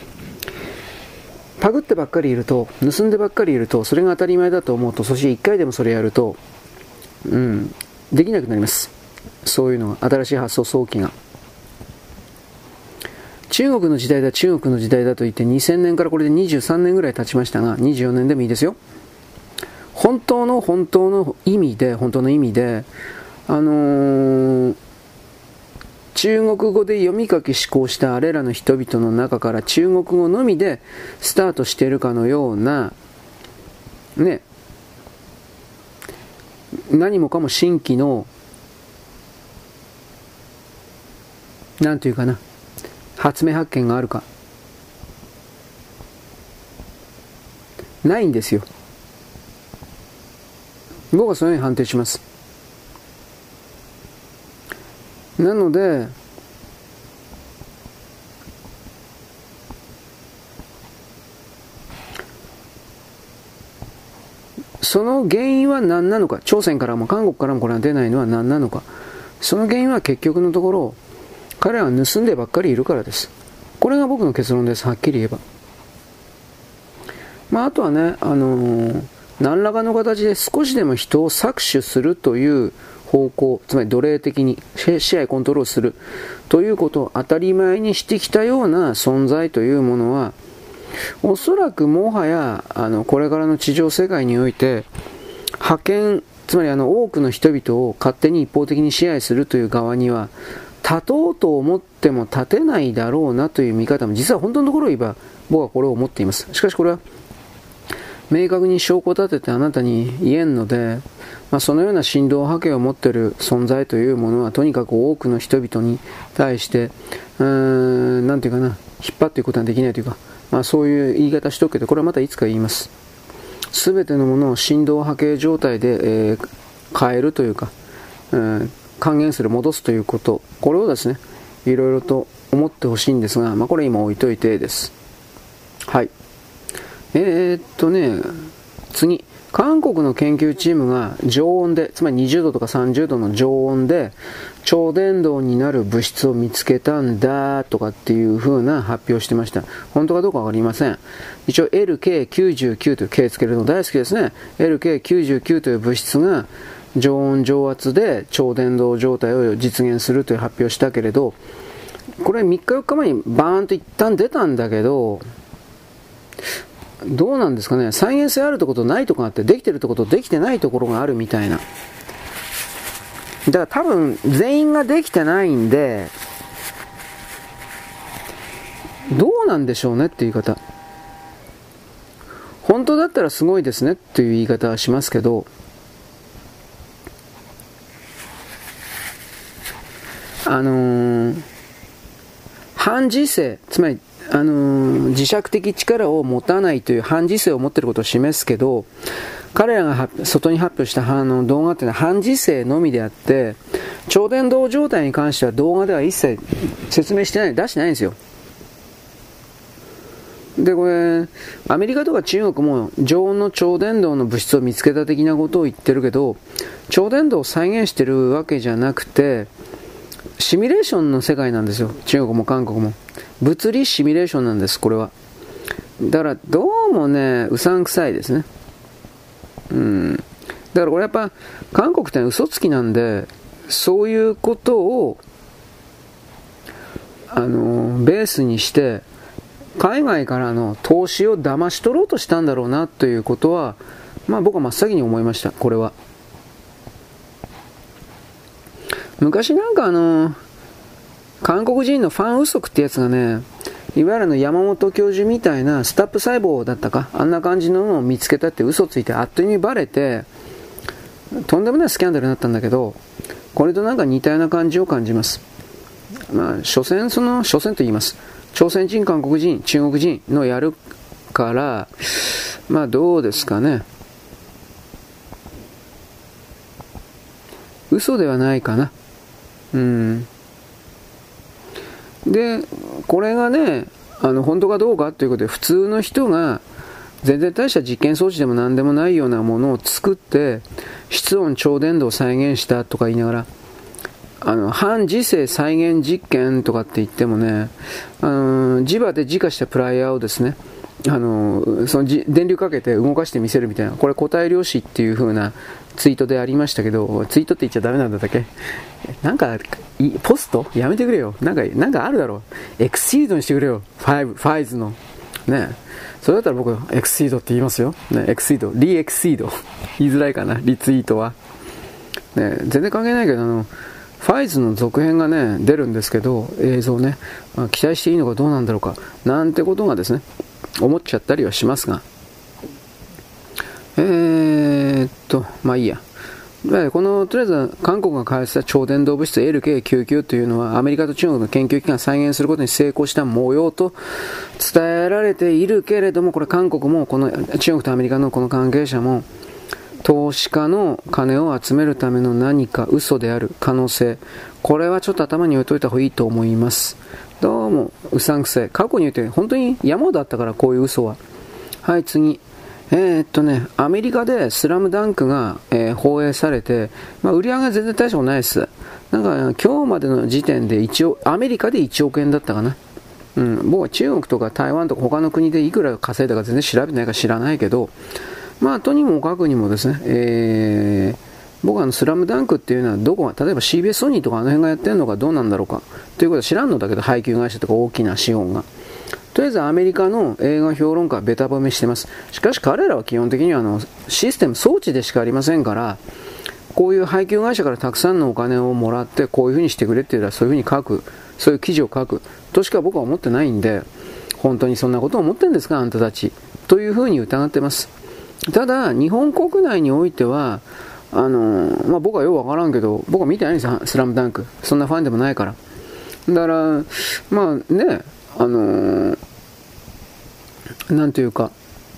パグってばっかりいると、盗んでばっかりいると、それが当たり前だと思うと、そして一回でもそれやると、うん、できなくなります。そういうのが、新しい発想早期が。中国の時代だ、中国の時代だと言ってにせんねんからこれでにじゅうさんねんぐらい経ちましたが、にじゅうよねんでもいいですよ。本当の本当の意味で、本当の意味で、あのー、中国語で読み書き思考したあれらの人々の中から中国語のみでスタートしているかのような、ね、何もかも新規の、なんというかな、発明発見があるか。ないんですよ。僕はそのように判定します。なので、その原因は何なのか、朝鮮からも韓国からもこれは出ないのは何なのか、その原因は結局のところ、彼らは盗んでばっかりいるからです。これが僕の結論です、はっきり言えば。まあ、あとはね、あのー、何らかの形で少しでも人を搾取するという方向、つまり奴隷的に支配コントロールするということを当たり前にしてきたような存在というものは、おそらくもはやあのこれからの地上世界において覇権、つまりあの多くの人々を勝手に一方的に支配するという側には立とうと思っても立てないだろうなという見方も実は本当のところを言えば僕はこれを思っています。しかしこれは明確に証拠を立ててあなたに言えんので、まあ、そのような振動波形を持っている存在というものはとにかく多くの人々に対してうーん、なんていうかな、引っ張っていくことはできないというか、まあ、そういう言い方しとくけど、これはまたいつか言います。すべてのものを振動波形状態で、えー、変えるというか、えー、還元する、戻すということ、これをですねいろいろと思ってほしいんですが、まあ、これ今置いといてです。はい。えー、っとね、次、韓国の研究チームが常温で、つまりにじゅうどとかさんじゅうどの常温で超伝導になる物質を見つけたんだとかっていう風な発表をしてました。本当かどうかわかりません。一応 エルケーきゅうじゅうきゅう という K つけるの大好きですね。エルケーきゅうじゅうきゅう という物質が常温常圧で超伝導状態を実現するという発表をしたけれど、これみっかよっかまえにバーンと一旦出たんだけど、どうなんですかね。再現性あるところとないところがあって、できてるところとできてないところがあるみたいな。だから多分全員ができてないんで、どうなんでしょうねっていう言い方。本当だったらすごいですねっていう言い方はしますけど、あのー、反磁性、つまりあのー、磁石的力を持たないという反磁性を持っていることを示すけど、彼らが外に発表したあの動画っていうのは反磁性のみであって、超伝導状態に関しては動画では一切説明してない、出してないんですよ。でこれアメリカとか中国も常温の超伝導の物質を見つけた的なことを言ってるけど、超伝導を再現してるわけじゃなくてシミュレーションの世界なんですよ。中国も韓国も物理シミュレーションなんです。これはだからどうもねうさんくさいですね。うん、だからこれやっぱ韓国って嘘つきなんで、そういうことをあのベースにして海外からの投資を騙し取ろうとしたんだろうなということは、まあ僕は真っ先に思いました。これは昔なんかあの韓国人のファン・ウソクってやつがね、いわゆるの山本教授みたいなスタップ細胞だったか、あんな感じののを見つけたって嘘ついてあっという間にバレて、とんでもないスキャンダルになったんだけど、これとなんか似たような感じを感じます。まあ所詮その所詮と言います、朝鮮人、韓国人、中国人のやるから、まあどうですかね、嘘ではないかな。うんでこれがね、あの本当かどうかということで、普通の人が全然大した実験装置でも何でもないようなものを作って室温超伝導を再現したとか言いながら、あの半磁性再現実験とかって言ってもね、あの磁場で磁化したプライヤーをですね、あのその電流かけて動かしてみせるみたいな、これ固体量子っていう風なツイートでありましたけど、ツイートって言っちゃダメなんだったっけ、なんかポストやめてくれよ、なんかなんかあるだろう、エクシードにしてくれよ、ファイブファイズのね、それだったら僕エクシードって言いますよ、ね、エクシードリエクシード言いづらいかな、リツイートは、ね、全然関係ないけど、あのファイズの続編がね出るんですけど、映像ね、まあ、期待していいのかどうなんだろうかなんてことがですね思っちゃったりはしますが、えーっとまあいいや。このとりあえず韓国が開発した超伝導物質 エルケーきゅうじゅうきゅう というのはアメリカと中国の研究機関が再現することに成功した模様と伝えられているけれども、これ韓国もこの中国とアメリカのこの関係者も投資家の金を集めるための何か嘘である可能性、これはちょっと頭に置いといた方がいいと思います。どうもうさんくせえ、過去に言って本当に山ほどあったから、こういう嘘は。はい、次。えー、っとね、アメリカでスラムダンクが、えー、放映されて、まあ、売り上げは全然大したことないです。なんか今日までの時点で一応アメリカでいちおくえんだったかな。うん、僕は中国とか台湾とか他の国でいくら稼いだか全然調べてないから知らないけど、まあとにもかくにもですね、えー、僕はあのスラムダンクっていうのはどこが、例えば シービーエス ソニーとかあの辺がやってるのかどうなんだろうかということは知らんのだけど、配給会社とか大きな資本が。とりあえずアメリカの映画評論家はベタ褒めしてます。しかし彼らは基本的にはあのシステム装置でしかありませんから、こういう配給会社からたくさんのお金をもらってこういう風にしてくれっていうのはそういう風に書く、そういう記事を書くとしか僕は思ってないんで、本当にそんなことを思ってるんですかあんたたちという風に疑ってます。ただ日本国内においてはあのーまあ、僕はよくわからんけど、僕は見てないんですよスラムダンク、そんなファンでもないから。だからまあね、あのー、なんていうか、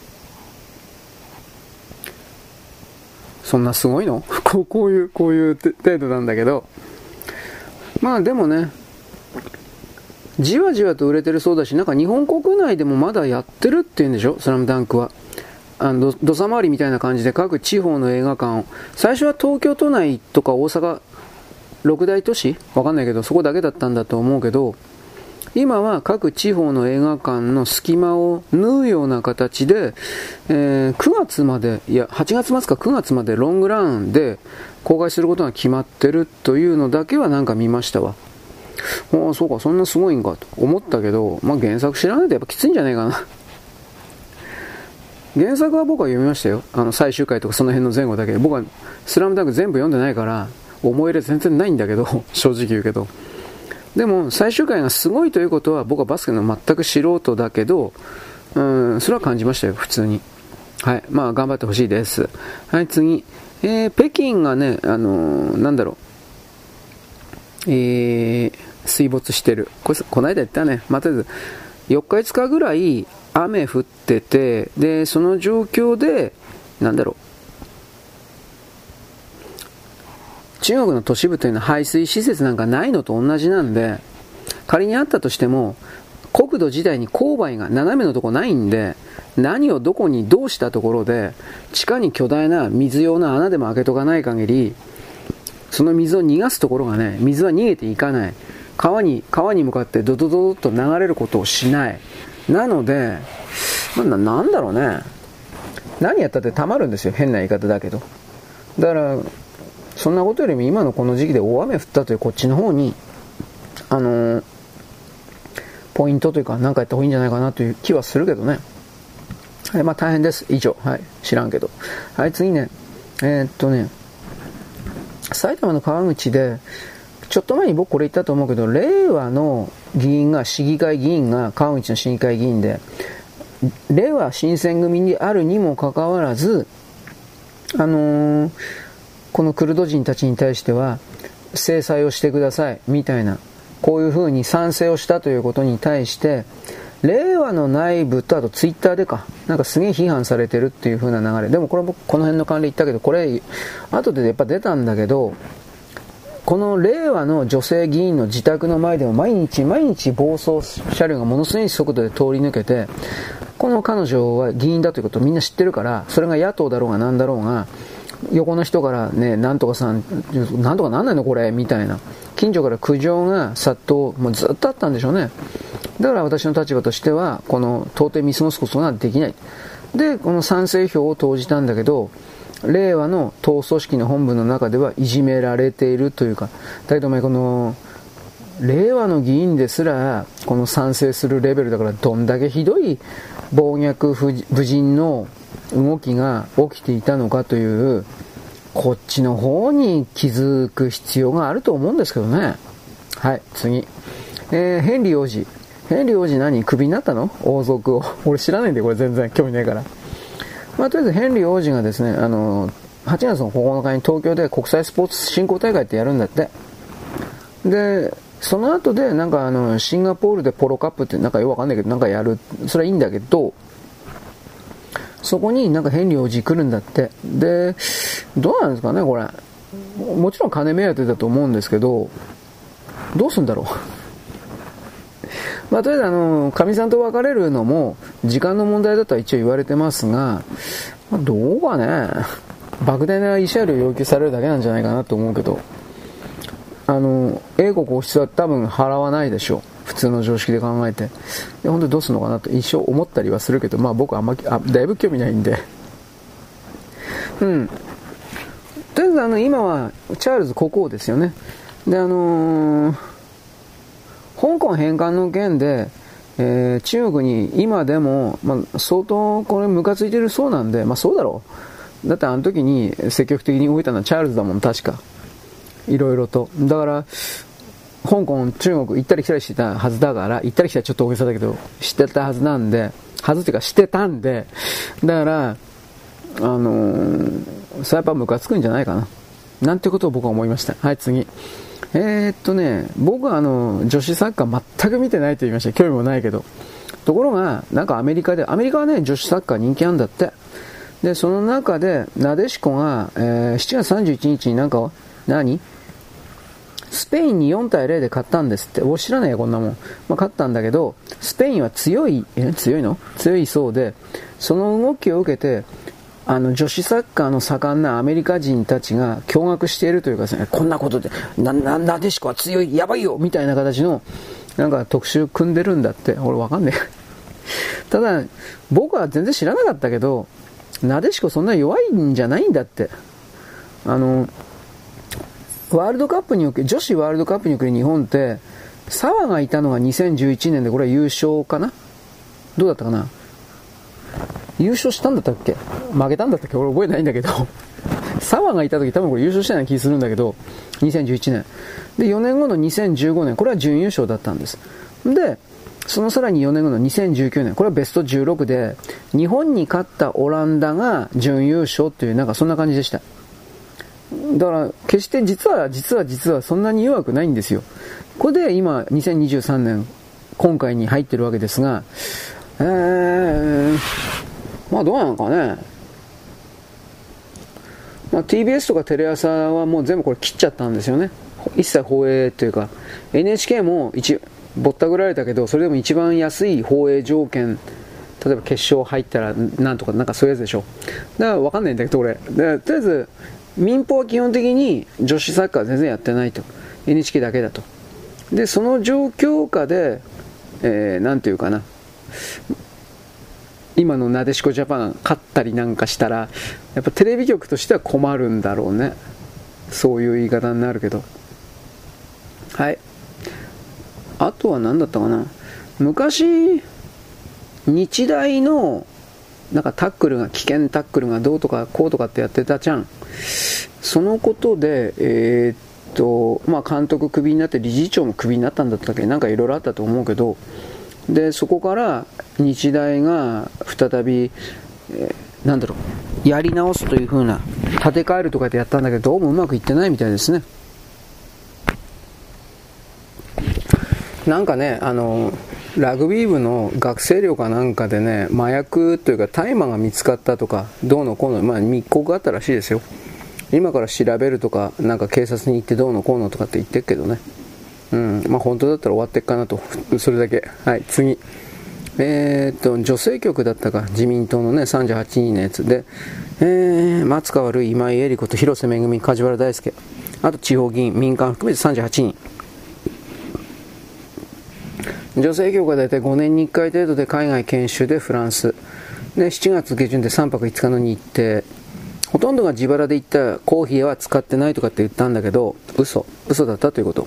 そんなすごいのこう、こういうこういう程度なんだけど、まあでもね、じわじわと売れてるそうだし、なんか日本国内でもまだやってるっていうんでしょ、スラムダンクは。あの土佐回りみたいな感じで各地方の映画館を、最初は東京都内とか大阪ろく大都市わかんないけどそこだけだったんだと思うけど、今は各地方の映画館の隙間を縫うような形で、えー、くがつまで、いやはちがつ末かくがつまでロングランで公開することが決まってるというのだけはなんか見ましたわ。ああそうか、そんなすごいんかと思ったけど、まあ原作知らないとやっぱきついんじゃないかな。原作は僕は読みましたよ、あの最終回とかその辺の前後だけで。僕はスラムダンク全部読んでないから思い入れ全然ないんだけど正直言うけど、でも最終回がすごいということは僕はバスケの全く素人だけど、うん、それは感じましたよ普通に。はい、まあ頑張ってほしいです。はい、次、えー、北京がね、あのー、なんだろう、えー、水没してる、これこの間言ったね、まあ、とりあえずよっかいつかぐらい雨降ってて、でその状況でなんだろう、中国の都市部というのは排水施設なんかないのと同じなんで、仮にあったとしても国土自体に勾配が斜めのとこないんで、何をどこにどうしたところで地下に巨大な水用の穴でも開けとかない限り、その水を逃がすところがね、水は逃げていかない、川に川に向かってドドドドッと流れることをしない。なのでまあ、な, なんだろうね。何やったってたまるんですよ。変な言い方だけど。だから、そんなことよりも今のこの時期で大雨降ったというこっちの方に、あのー、ポイントというか何かやった方がいいんじゃないかなという気はするけどね。はい、まあ大変です。以上。はい。知らんけど。はい、次ね。えー、っとね、埼玉の川口で、ちょっと前に僕これ言ったと思うけど、令和の議員が、市議会議員が川口の市議会議員で、令和新選組にあるにもかかわらず、あのー、このクルド人たちに対しては制裁をしてくださいみたいな、こういう風に賛成をしたということに対して令和の内部とあとツイッターでかなんかすげえ批判されてるっていう風な流れでもこれ僕この辺の関連言ったけどこれ後でやっぱ出たんだけどこの令和の女性議員の自宅の前でも毎日毎日暴走車両がものすごい速度で通り抜けてこの彼女は議員だということをみんな知ってるからそれが野党だろうがなんだろうが横の人からね、なんとかさん、なんとかなんないのこれみたいな。近所から苦情が殺到、もうずっとあったんでしょうね。だから私の立場としては、この到底見過ごすことができない。で、この賛成票を投じたんだけど、令和の党組織の本部の中ではいじめられているというか、だけどお前この、令和の議員ですら、この賛成するレベルだからどんだけひどい暴虐婦人の動きが起きていたのかというこっちの方に気づく必要があると思うんですけどね。はい次、えー、ヘンリー王子ヘンリー王子何クビになったの王族を俺知らないんでこれ全然興味ないからまあとりあえずヘンリー王子がですねあのはちがつのここのかに東京で国際スポーツ振興大会ってやるんだってでその後でなんかあのシンガポールでポロカップってなんかよくわかんないけどなんかやるそれはいいんだけどそこになんかヘンリー王子来るんだって。で、どうなんですかね、これ。もちろん金目当てだと思うんですけど、どうすんだろう。まあ、とりあえずあの、神さんと別れるのも時間の問題だとは一応言われてますが、まあ、どうかね、莫大な慰謝料要求されるだけなんじゃないかなと思うけど、あの、英国王室は多分払わないでしょう。普通の常識で考えてで本当にどうするのかなと一生思ったりはするけどまあ僕はあんまあだいぶ興味ないんでうんとりあえずあの今はチャールズ国王ですよねであのー、香港返還の件で、えー、中国に今でも、まあ、相当これムカついてるそうなんでまあそうだろうだってあの時に積極的に動いたのはチャールズだもん確かいろいろとだから香港、中国行ったり来たりしてたはずだから、行ったり来たらちょっと大げさだけど、知ってたはずなんで、はずっていうかしてたんで、だから、あのー、それやっぱムカつくんじゃないかな。なんてことを僕は思いました。はい、次。えー、っとね、僕はあの、女子サッカー全く見てないと言いました。興味もないけど。ところが、なんかアメリカで、アメリカはね、女子サッカー人気あんだって。で、その中で、なでしこが、えー、しちがつさんじゅういちにちになんか、何スペインによんたいゼロで勝ったんですって。お知らないよこんなもん。まあ、勝ったんだけど、スペインは強い、え、強いの強いそうで、その動きを受けて、あの、女子サッカーの盛んなアメリカ人たちが驚愕しているというかですね、こんなことで、な、な、なでしこは強い、やばいよみたいな形の、なんか特集組んでるんだって。俺わかんねえ。ただ、僕は全然知らなかったけど、なでしこそんな弱いんじゃないんだって。あの、ワールドカップにおける女子ワールドカップにおける日本って澤がいたのがにせんじゅういちねんでこれは優勝かなどうだったかな優勝したんだったっけ負けたんだったっけ俺覚えないんだけど澤がいた時多分これ優勝したような気するんだけどにせんじゅういちねんでよねんごのにせんじゅうごねんこれは準優勝だったんですでそのさらによねんごのにせんじゅうきゅうねんこれはベストじゅうろくで日本に勝ったオランダが準優勝っていうなんかそんな感じでしただから決して実は実は実はそんなに弱くないんですよ。これで今にせんにじゅうさんねん今回に入ってるわけですが、えー、まあどうなのかね。まあ、ティービーエス とかテレ朝はもう全部これ切っちゃったんですよね。一切放映というか エヌエイチケー も一ぼったくられたけどそれでも一番安い放映条件例えば決勝入ったらなんとかなんかそういうやつでしょ。だから分かんないんだけど俺でとりあえず民放は基本的に女子サッカー全然やってないと エヌエイチケー だけだとでその状況下で、えー、なんていうかな今のなでしこジャパン勝ったりなんかしたら、やっぱテレビ局としては困るんだろうね。そういう言い方になるけど。はい。あとは何だったかな。昔、日大のなんかタックルが、危険タックルがどうとかこうとかってやってたじゃん。そのことで、えー、っと、まあ監督クビになって理事長もクビになったんだったっけ、なんかいろいろあったと思うけど、で、そこから日大が再び、えー、なんだろう、やり直すという風な、立て替えるとかでやったんだけど、どうもうまくいってないみたいですね。なんかね、あの、ラグビー部の学生寮かなんかでね、麻薬というか大麻が見つかったとか、どうのこうの、まあ密告があったらしいですよ。今から調べるとか、なんか警察に行ってどうのこうのとかって言ってるけどね。うん、まあ本当だったら終わってっかなと。それだけ。はい、次。えー、っと、女性局だったか、自民党のね、さんじゅうはちにんのやつで、えー、松川るい、今井絵理子と広瀬めぐみ、梶原大輔、あと地方議員、民間含めてさんじゅうはちにん。女性局は大体ごねんにいっかい程度で海外研修でフランス。で、しちがつ下旬でさんぱくいつかの日程。ほとんどが自腹で行った公費は使ってないとかって言ったんだけど、嘘。嘘だったということ。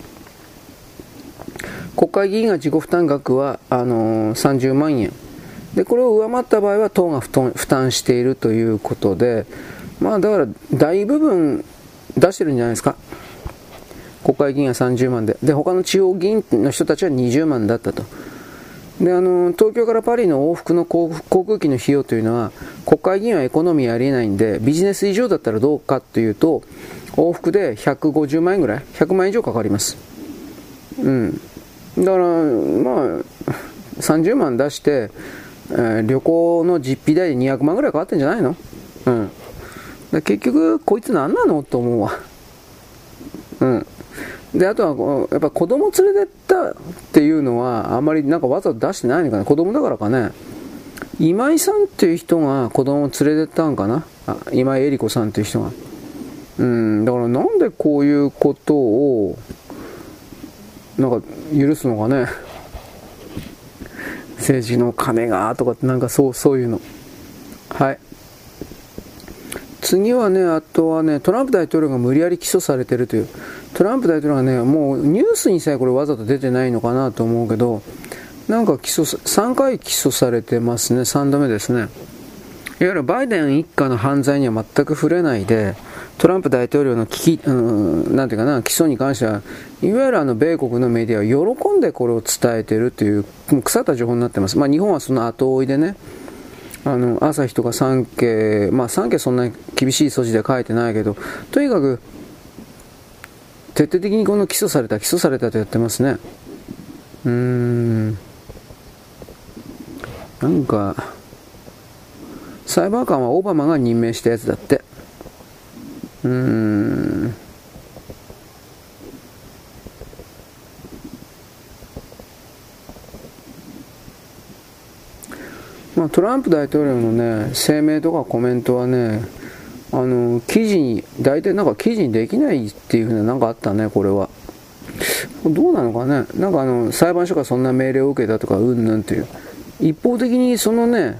国会議員が自己負担額はあのー、さんじゅうまんえんで、これを上回った場合は党が負担、負担しているということで、まあだから大部分出してるんじゃないですか。国会議員はさんじゅうまんで、で他の地方議員の人たちはにじゅうまんだったと。で、あの東京からパリの往復の航空機の費用というのは、国会議員はエコノミーありえないんで、ビジネス以上だったらどうかというと、往復でひゃくごじゅうまんえんぐらい、ひゃくまんえん以上かかります。うん。だからまあさんじゅうまん出して、えー、旅行の実費代でにひゃくまんぐらいかかってんじゃないの。うん。だ結局こいつ何なのと思うわ。うん。で、あとはやっぱ子供連れてったっていうのはあんまりなんかわざと出してないのかな。子供だからかね。今井さんっていう人が子供を連れてったんかな。あ、今井絵理子さんっていう人が。うん。だからなんでこういうことをなんか許すのかね。政治の金がとかってなんかそうそういうの。はい。次はね、あとはね、トランプ大統領が無理やり起訴されてるという。トランプ大統領がね、もうニュースにさえこれわざと出てないのかなと思うけど、なんか起訴、さんかい起訴されてますね。さんどめですね。いわゆるバイデン一家の犯罪には全く触れないで、トランプ大統領の危機、うん、なんていうかな、起訴に関しては、いわゆるあの米国のメディアは喜んでこれを伝えているという、もう腐った情報になってます。まあ日本はその後追いでね、あの朝日とか産経、まあ産経そんなに厳しい措置では書いてないけど、とにかく徹底的にこの起訴された、起訴されたとやってますね。うーん、なんかサイバー官はオバマが任命したやつだって。うーん。まあ、トランプ大統領のね、声明とかコメントはね、あの、記事に、大体なんか記事にできないっていうふうななんかあったね、これは。どうなのかね。なんかあの、裁判所がそんな命令を受けたとか、うんぬんっていう。一方的にそのね、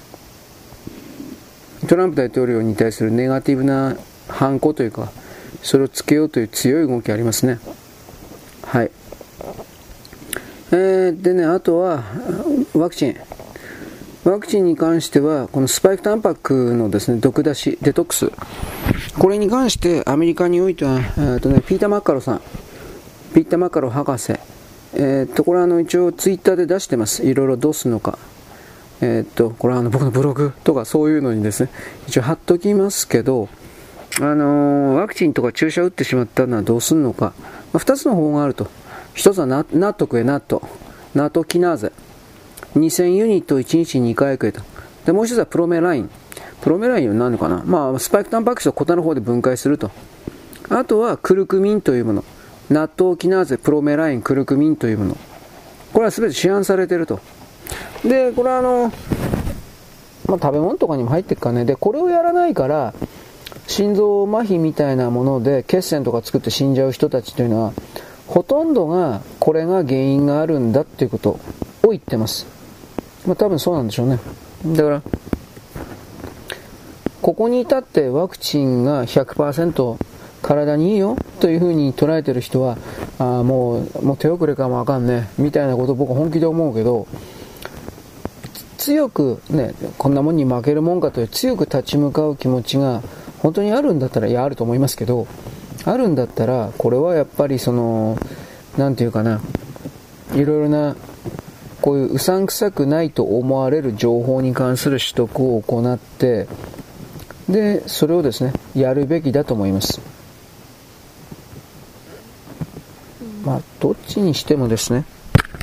トランプ大統領に対するネガティブな反抗というか、それをつけようという強い動きありますね。はい。えー、でね、あとはワクチン。ワクチンに関しては、このスパイクタンパクのですね、毒出し、デトックス。これに関してアメリカにおいては、えーとね、ピーター・マッカロさん、ピーター・マッカロ博士、えーと、これはあの一応ツイッターで出してます。いろいろどうするのか。えーと、これはあの僕のブログとかそういうのにですね、一応貼っときますけど、あのー、ワクチンとか注射打ってしまったのはどうするのか。まあ、ふたつの方法があると。ひとつはナット食え、ナット。ナトキナーゼ。にせんユニットをいちにちにかい食えと。で、もう一つはプロメライン。プロメラインは何のかな。まあ、スパイクタンパク質をコタの方で分解すると。あとはクルクミンというもの。ナトキナーゼ、プロメライン、クルクミンというもの。これは全て市販されていると。で、これはあの、まあ、食べ物とかにも入っていくかね。で、これをやらないから、心臓麻痺みたいなもので血栓とか作って死んじゃう人たちというのは、ほとんどがこれが原因があるんだっていうことを言ってます。まあ多分そうなんでしょうね。 だからここに至ってワクチンが ひゃくパーセント 体にいいよというふうに捉えてる人は、あもう、もう手遅れかもわかんねみたいなことを僕は本気で思うけど、強くね、こんなもんに負けるもんかという強く立ち向かう気持ちが本当にあるんだったら、いやあると思いますけど、あるんだったらこれはやっぱりそのなんていうかな、いろいろなこういううさんくさくないと思われる情報に関する取得を行って、でそれをですねやるべきだと思います。まあどっちにしてもですね、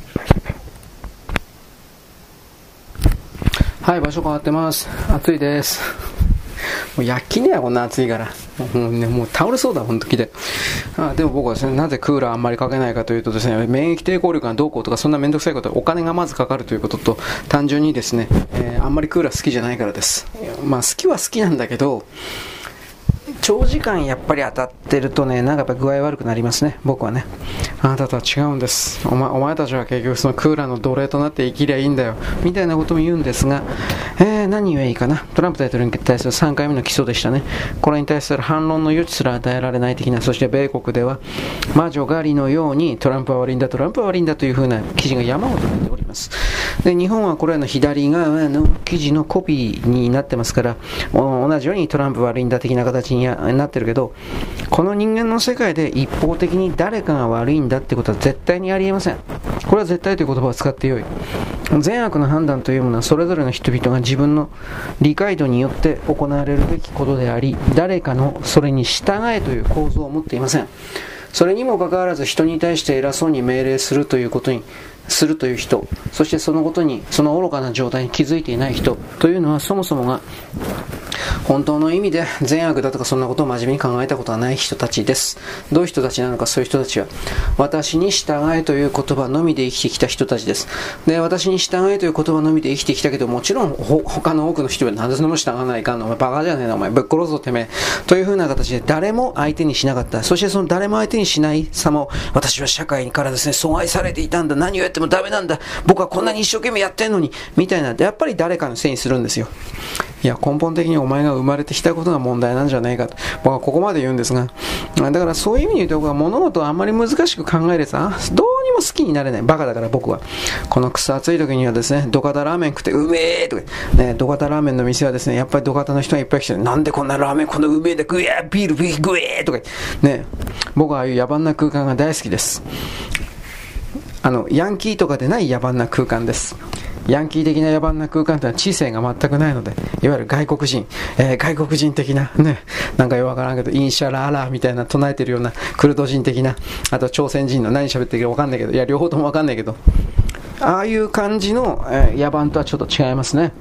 はい、場所変わってます。暑いです。もうやっきねや、こんな暑いから。もうね、もう倒れそうだ、本当に。あでも僕はですね、なぜクーラーあんまりかけないかというとですね、免疫抵抗力がどうこうとか、そんなめんどくさいことはお金がまずかかるということと、単純にですね、えー、あんまりクーラー好きじゃないからです。まあ好きは好きなんだけど、長時間やっぱり当たってるとね、なんかやっぱ具合悪くなりますね、僕はね。あなたとは違うんです。お前、お前たちは結局そのクーラーの奴隷となって生きりゃいいんだよ。みたいなことも言うんですが、えー、何がいいかな。トランプ大統領に対するさんかいめの起訴でしたね。これに対する反論の余地すら与えられない的な、そして米国では魔女狩りのようにトランプは悪いんだ、トランプは悪いんだというふうな記事が山ほど出ております。で、日本はこれらの左側の記事のコピーになってますから、同じようにトランプ悪いんだ的な形になってるけど、この人間の世界で一方的に誰かが悪いんだってことは絶対にありえません。これは絶対という言葉を使ってよい。善悪の判断というものはそれぞれの人々が自分の理解度によって行われるべきことであり、誰かのそれに従えという構造を持っていません。それにもかかわらず人に対して偉そうに命令するということにするという人、そしてそのことに、その愚かな状態に気づいていない人というのは、そもそもが本当の意味で善悪だとかそんなことを真面目に考えたことはない人たちです。どういう人たちなのか。そういう人たちは私に従えという言葉のみで生きてきた人たちです。で、私に従えという言葉のみで生きてきたけど、もちろん他の多くの人は何でそれも従わないかんの、お前バカじゃねえな、お前ぶっ殺すぞてめえというふうな形で誰も相手にしなかった。そしてその誰も相手にしない様を、私は社会からですね阻害されていたんだ、何をやってもダメなんだ、僕はこんなに一生懸命やってんのにみたいな、やっぱり誰かのせいにするんですよ。いや、根本的にお前が生まれてきたことが問題なんじゃないかと僕はここまで言うんですが、だからそういう意味で言うと、僕は物事をあんまり難しく考えるさ、どうにも好きになれないバカだから。僕はこの草暑い時にはですね、ドカタラーメン食ってうめえとかね、ドカタラーメンの店はですね、やっぱりドカタの人がいっぱい来て、なんでこんなラーメンこんなうめえでグエービールビールグエーとかね、僕はああいう野蛮な空間が大好きです。あのヤンキーとかでない野蛮な空間です。ヤンキー的な野蛮な空間というのは知性が全くないので、いわゆる外国人、えー、外国人的なね、なんかよくわからんけど、インシャラーラーみたいな唱えてるようなクルド人的な、あと朝鮮人の何喋ってるかわかんないけど、いや両方ともわかんないけど、ああいう感じの、えー、野蛮とはちょっと違いますね。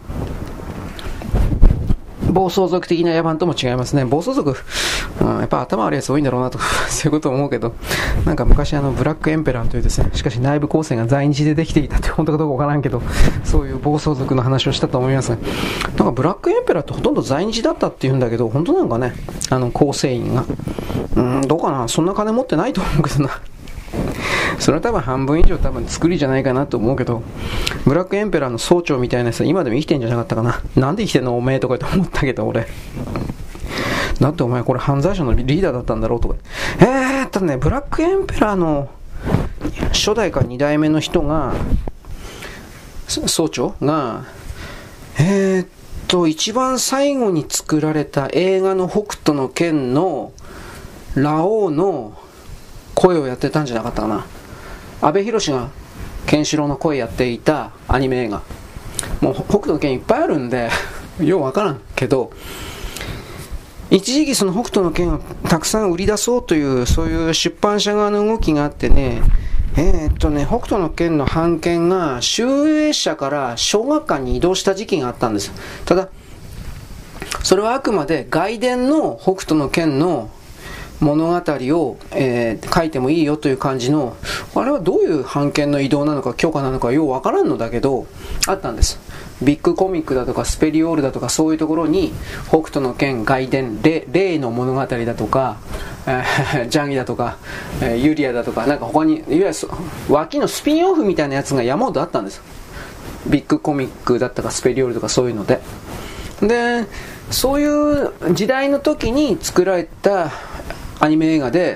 暴走族的な野蛮とも違いますね。暴走族、うん、やっぱ頭悪いやつ多いんだろうなとそういうことを思うけど、なんか昔あのブラックエンペラーというですね、しかし内部構成が在日でできていたって本当かどうかわからんけど、そういう暴走族の話をしたと思いますが、なんかブラックエンペラーってほとんど在日だったって言うんだけど、本当なんかね、あの構成員がうーんどうかな、そんな金持ってないと思うけどなそれは多分半分以上多分作りじゃないかなと思うけど、ブラックエンペラーの総長みたいなやつ今でも生きてんじゃなかったかな。なんで生きてんのおめえとかと思ったけど、俺だってお前これ犯罪者のリーダーだったんだろうとか、えーっとねブラックエンペラーの初代かに代目の人が、総長がえーっと一番最後に作られた映画の北斗の拳のラオウの声をやってたんじゃなかったかな。阿部寛がケンシロウの声やっていたアニメ映画、もう北斗の拳いっぱいあるんでようわからんけど、一時期その北斗の拳をたくさん売り出そうというそういう出版社側の動きがあってね、えー、っとね北斗の拳の版権が集英社から小学館に移動した時期があったんです。ただそれはあくまで外伝の北斗の拳の物語を、えー、書いてもいいよという感じの、あれはどういう版権の移動なのか許可なのかようわからんのだけどあったんです。ビッグコミックだとかスペリオールだとかそういうところに北斗の拳外伝例の物語だとか、えー、ジャンギだとか、えー、ユリアだとかなんか他にいわゆる脇のスピンオフみたいなやつが山ほどあったんです。 ビッグコミックだったかスペリオールとかそういうので、でそういう時代の時に作られたアニメ映画で、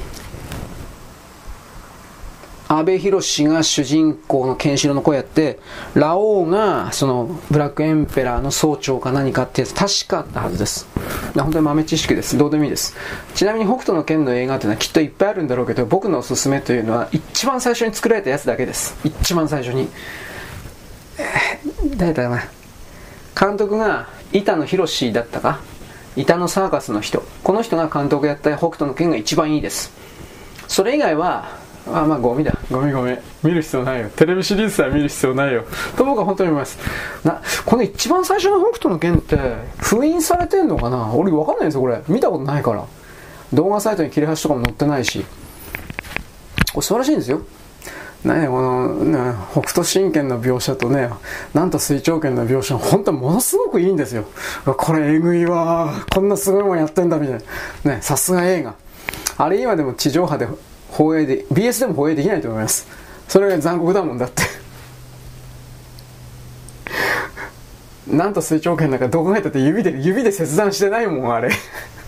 阿部寛が主人公のケンシロウの声やって、ラオウがそのブラックエンペラーの総長か何かってやつ確かあったはずです。本当に豆知識です。どうでもいいです。ちなみに北斗の拳の映画っていうのはきっといっぱいあるんだろうけど、僕のおすすめというのは一番最初に作られたやつだけです。一番最初に、えー、誰だかな、監督が板野博だったか、板野サーカスの人、この人が監督やった北斗の拳が一番いいです。それ以外はあまあゴミだ、ゴミゴミ、見る必要ないよ、テレビシリーズは見る必要ないよと僕は本当に思います。な、この一番最初の北斗の拳って封印されてんのかな、俺分かんないんですよ、これ見たことないから。動画サイトに切れ端とかも載ってないし、これ素晴らしいんですよね。このね、北斗神拳の描写とね、なんと水長拳の描写、本当にものすごくいいんですよ。これえぐいわ、こんなすごいもんやってんだみたいなね、さすが映画。あれ今でも地上波で放映で ビーエス でも放映できないと思います。それが残酷だもんだってなんと水長拳なんかどこがいたって指で指で切断してないもんあれ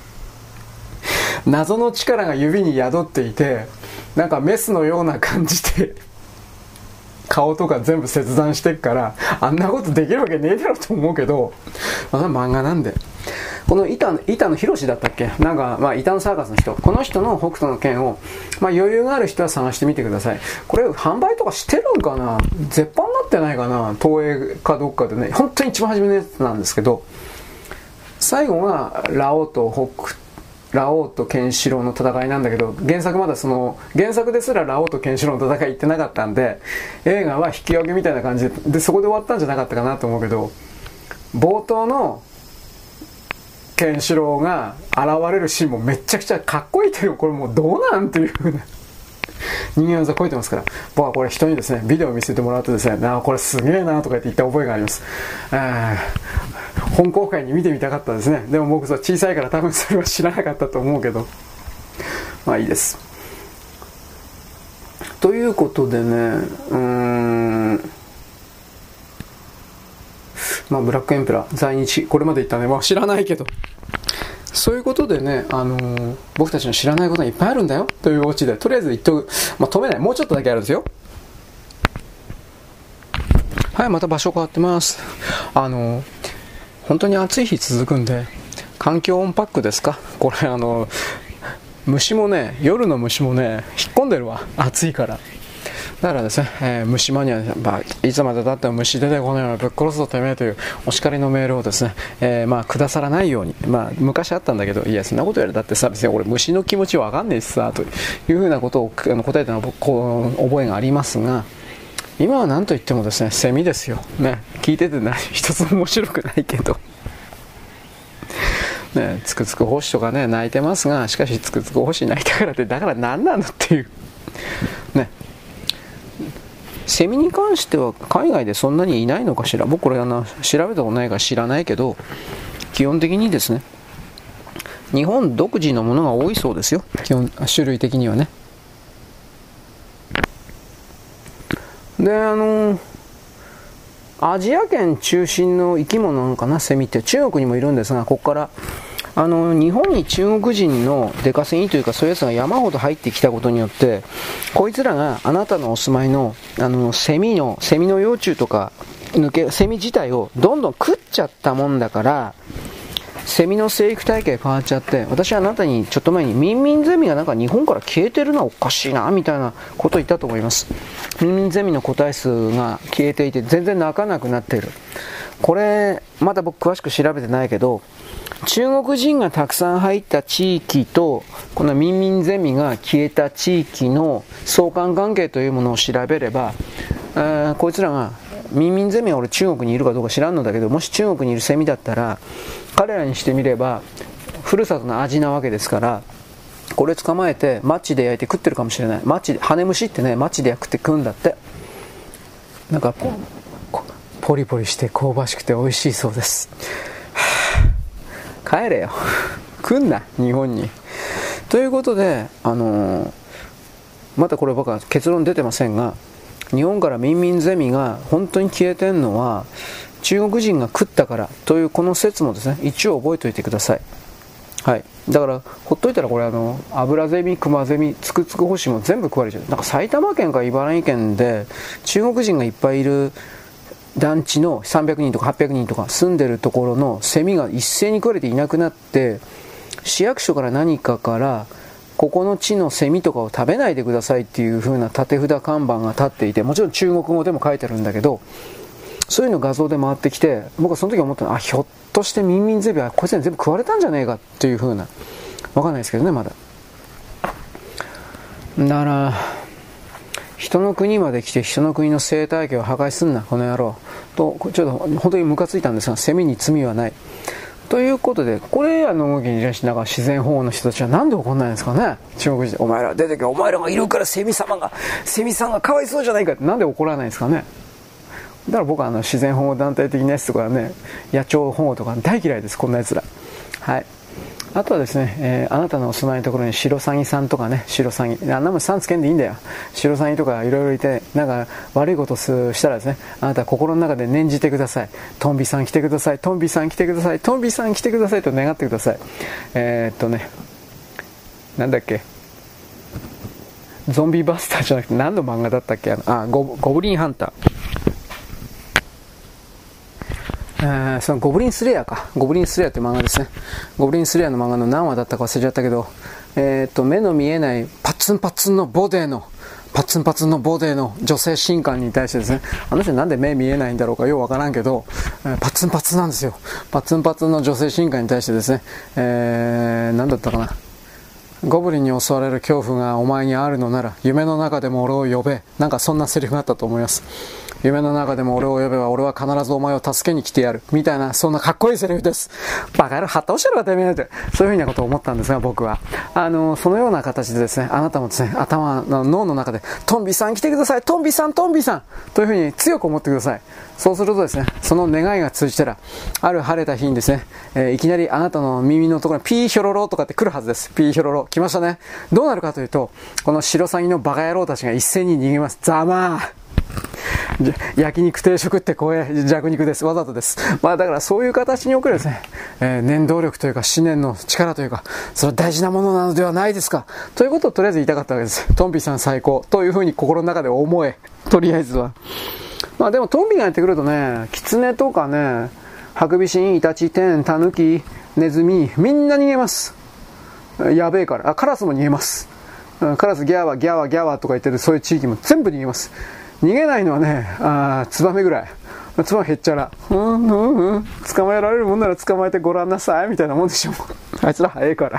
謎の力が指に宿っていて、なんかメスのような感じで顔とか全部切断してっから、あんなことできるわけねえだろと思うけど、まあ、漫画なんで。この板野、板野博だったっけ、なんか、まあ、板野サーカスの人、この人の北斗の拳を、まあ、余裕がある人は探してみてください。これ販売とかしてるんかな、絶版になってないかな、東映かどっかでね、本当に一番初めのやつなんですけど、最後がラオウと北ラオウとケンシロウの戦いなんだけど、原作まだその原作ですらラオウとケンシロウの戦い行ってなかったんで、映画は引き分けみたいな感じで、でそこで終わったんじゃなかったかなと思うけど、冒頭のケンシロウが現れるシーンもめちゃくちゃかっこいいという、これもうどうなんていう風な人間技こいてますから、僕はこれ人にですねビデオを見せてもらってですね、なあこれすげえなとか言って言った覚えがあります。本公開に見てみたかったですね。でも僕は小さいから多分それは知らなかったと思うけど、まあいいです。ということでね、うーんまあブラックエンペラー在日、これまで言ったね、まあ知らないけど、そういうことでね、あのー、僕たちの知らないことがいっぱいあるんだよというオチで、とりあえず言っとく、まあ止めない、もうちょっとだけあるんですよ。はい、また場所変わってます。あのー、本当に暑い日続くんで、環境音パックですかこれ、あのー、虫もね、夜の虫もね引っ込んでるわ、暑いから。だからですね、えー、虫マニア、まあ、いつまでだっても虫出てこないようなぶっ殺すぞてめえというお叱りのメールをですね、えー、まあくださらないように、まあ昔あったんだけど、いやそんなことやるだってさ、別に俺虫の気持ちわかんねえしさというふうなことをあの答えたのはこう覚えがありますが、今は何と言ってもですね、セミですよね。聞いててな一つも面白くないけどね、つくつく星とかね泣いてますが、しかしつくつく星泣いたからってだから何なのっていうね。セミに関しては海外でそんなにいないのかしら。僕これあの調べたことないから知らないけど、基本的にですね日本独自のものが多いそうですよ、基本種類的にはね。であのアジア圏中心の生き物なのかな、セミって。中国にもいるんですが、ここからあの日本に中国人の出稼ぎというかそういうやつが山ほど入ってきたことによって、こいつらがあなたのお住まいのあのセミのセミの幼虫とか抜けセミ自体をどんどん食っちゃったもんだから、セミの生育体系変わっちゃって、私はあなたにちょっと前にミンミンゼミがなんか日本から消えてるのはおかしいなみたいなことを言ったと思います。ミンミンゼミの個体数が消えていて全然鳴かなくなっている。これまだ僕詳しく調べてないけど、中国人がたくさん入った地域とこのミンミンゼミが消えた地域の相関関係というものを調べれば、えー、こいつらがミンミンゼミは俺中国にいるかどうか知らんのだけど、もし中国にいるセミだったら彼らにしてみればふるさとの味なわけですから、これ捕まえてマッチで焼いて食ってるかもしれない。マッチで羽虫ってね、マッチで焼くって食うんだって。なんかポポリポリして香ばしくて美味しいそうです。帰れよ来んな日本にということで、あのー、またこれ僕は結論出てませんが、 日本からミンミンゼミが本当に消えてんのは中国人が食ったからというこの説もですね、一応覚えておいてください。はい、だからほっといたらこれあのアブラゼミ、クマゼミ、ツクツクホシも全部食われちゃう。なんか埼玉県か茨城県で中国人がいっぱいいる団地のさんびゃくにんとかはっぴゃくにんとか住んでるところのセミが一斉に食われていなくなって、市役所から何かからここの地のセミとかを食べないでくださいっていう風な立て札看板が立っていて、もちろん中国語でも書いてあるんだけど、そういうの画像で回ってきて、僕はその時思ったのは、あ、ひょっとしてミンミンゼミはこいつに全部食われたんじゃねえかっていう風な、わかんないですけどね、まだ。だから人の国まで来て人の国の生態系を破壊すんなこの野郎とちょっと本当にムカついたんですが、セミに罪はないということで、これらの動きに対してなんか自然保護の人たちはなんで怒んないんですかね。中国人、お前ら出てけ、お前らがいるからセミ様がセミさんがかわいそうじゃないかってなんで怒らないんですかね。だから僕はあの自然保護団体的なやつとかね、野鳥保護とか大嫌いです、こんなやつら。はい。あとはですね、えー、あなたのお住まいのところにシロサギさんとかね、シロサギ、あんなもんさんつけんでいいんだよ。シロサギとかいろいろいて、なんか悪いことしたらですね、あなたは心の中で念じてください。トンビさん来てください、トンビさん来てください、トンビさん来てくださいと願ってください。えー、っとね、なんだっけ、ゾンビバスターじゃなくて何の漫画だったっけ、あのあ ゴ, ゴブリンハンター。えー、そのゴブリンスレイヤーか。ゴブリンスレイヤーって漫画ですね。ゴブリンスレイヤーの漫画の何話だったか忘れちゃったけど、えー、っと、目の見えないパツンパツンのボデーの、パツンパツンのボデーの女性神官に対してですね、あの人なんで目見えないんだろうかようわからんけど、えー、パツンパツンなんですよ。パツンパツンの女性神官に対してですね、えー、なんだったかな。ゴブリンに襲われる恐怖がお前にあるのなら、夢の中でも俺を呼べ。なんかそんなセリフがあったと思います。夢の中でも俺を呼べば俺は必ずお前を助けに来てやるみたいな、そんなかっこいいセリフです。バカ野郎、はったおしろがてめえって、そういうふうなことを思ったんですが、僕はあのそのような形でですね、あなたもですね、頭の脳の中でトンビさん来てください、トンビさんトンビさんというふうに強く思ってください。そうするとですね、その願いが通じたら、ある晴れた日にですね、えー、いきなりあなたの耳のところにピーヒョロロとかって来るはずです。ピーヒョロロ来ましたね。どうなるかというと、このシロサギのバカ野郎たちが一斉に逃げます。ざまー焼肉定食って怖い弱肉です。わざとです。まあだからそういう形におけるですね、えー、念動力というか思念の力というか、それは大事なものなのではないですかということをとりあえず言いたかったわけです。トンビさん最高というふうに心の中で思え。とりあえずは。まあでもトンビがやってくるとね、キツネとかね、ハクビシン、イタチ、テン、タヌキ、ネズミ、みんな逃げます。やべえから。あ、カラスも逃げます。カラスギャーワギャーワギャーワとか言ってるそういう地域も全部逃げます。逃げないのはね、あツバメぐらい。ツバメへっちゃら。うんうんうん。捕まえられるもんなら捕まえてごらんなさいみたいなもんでしょ。あいつら早いから。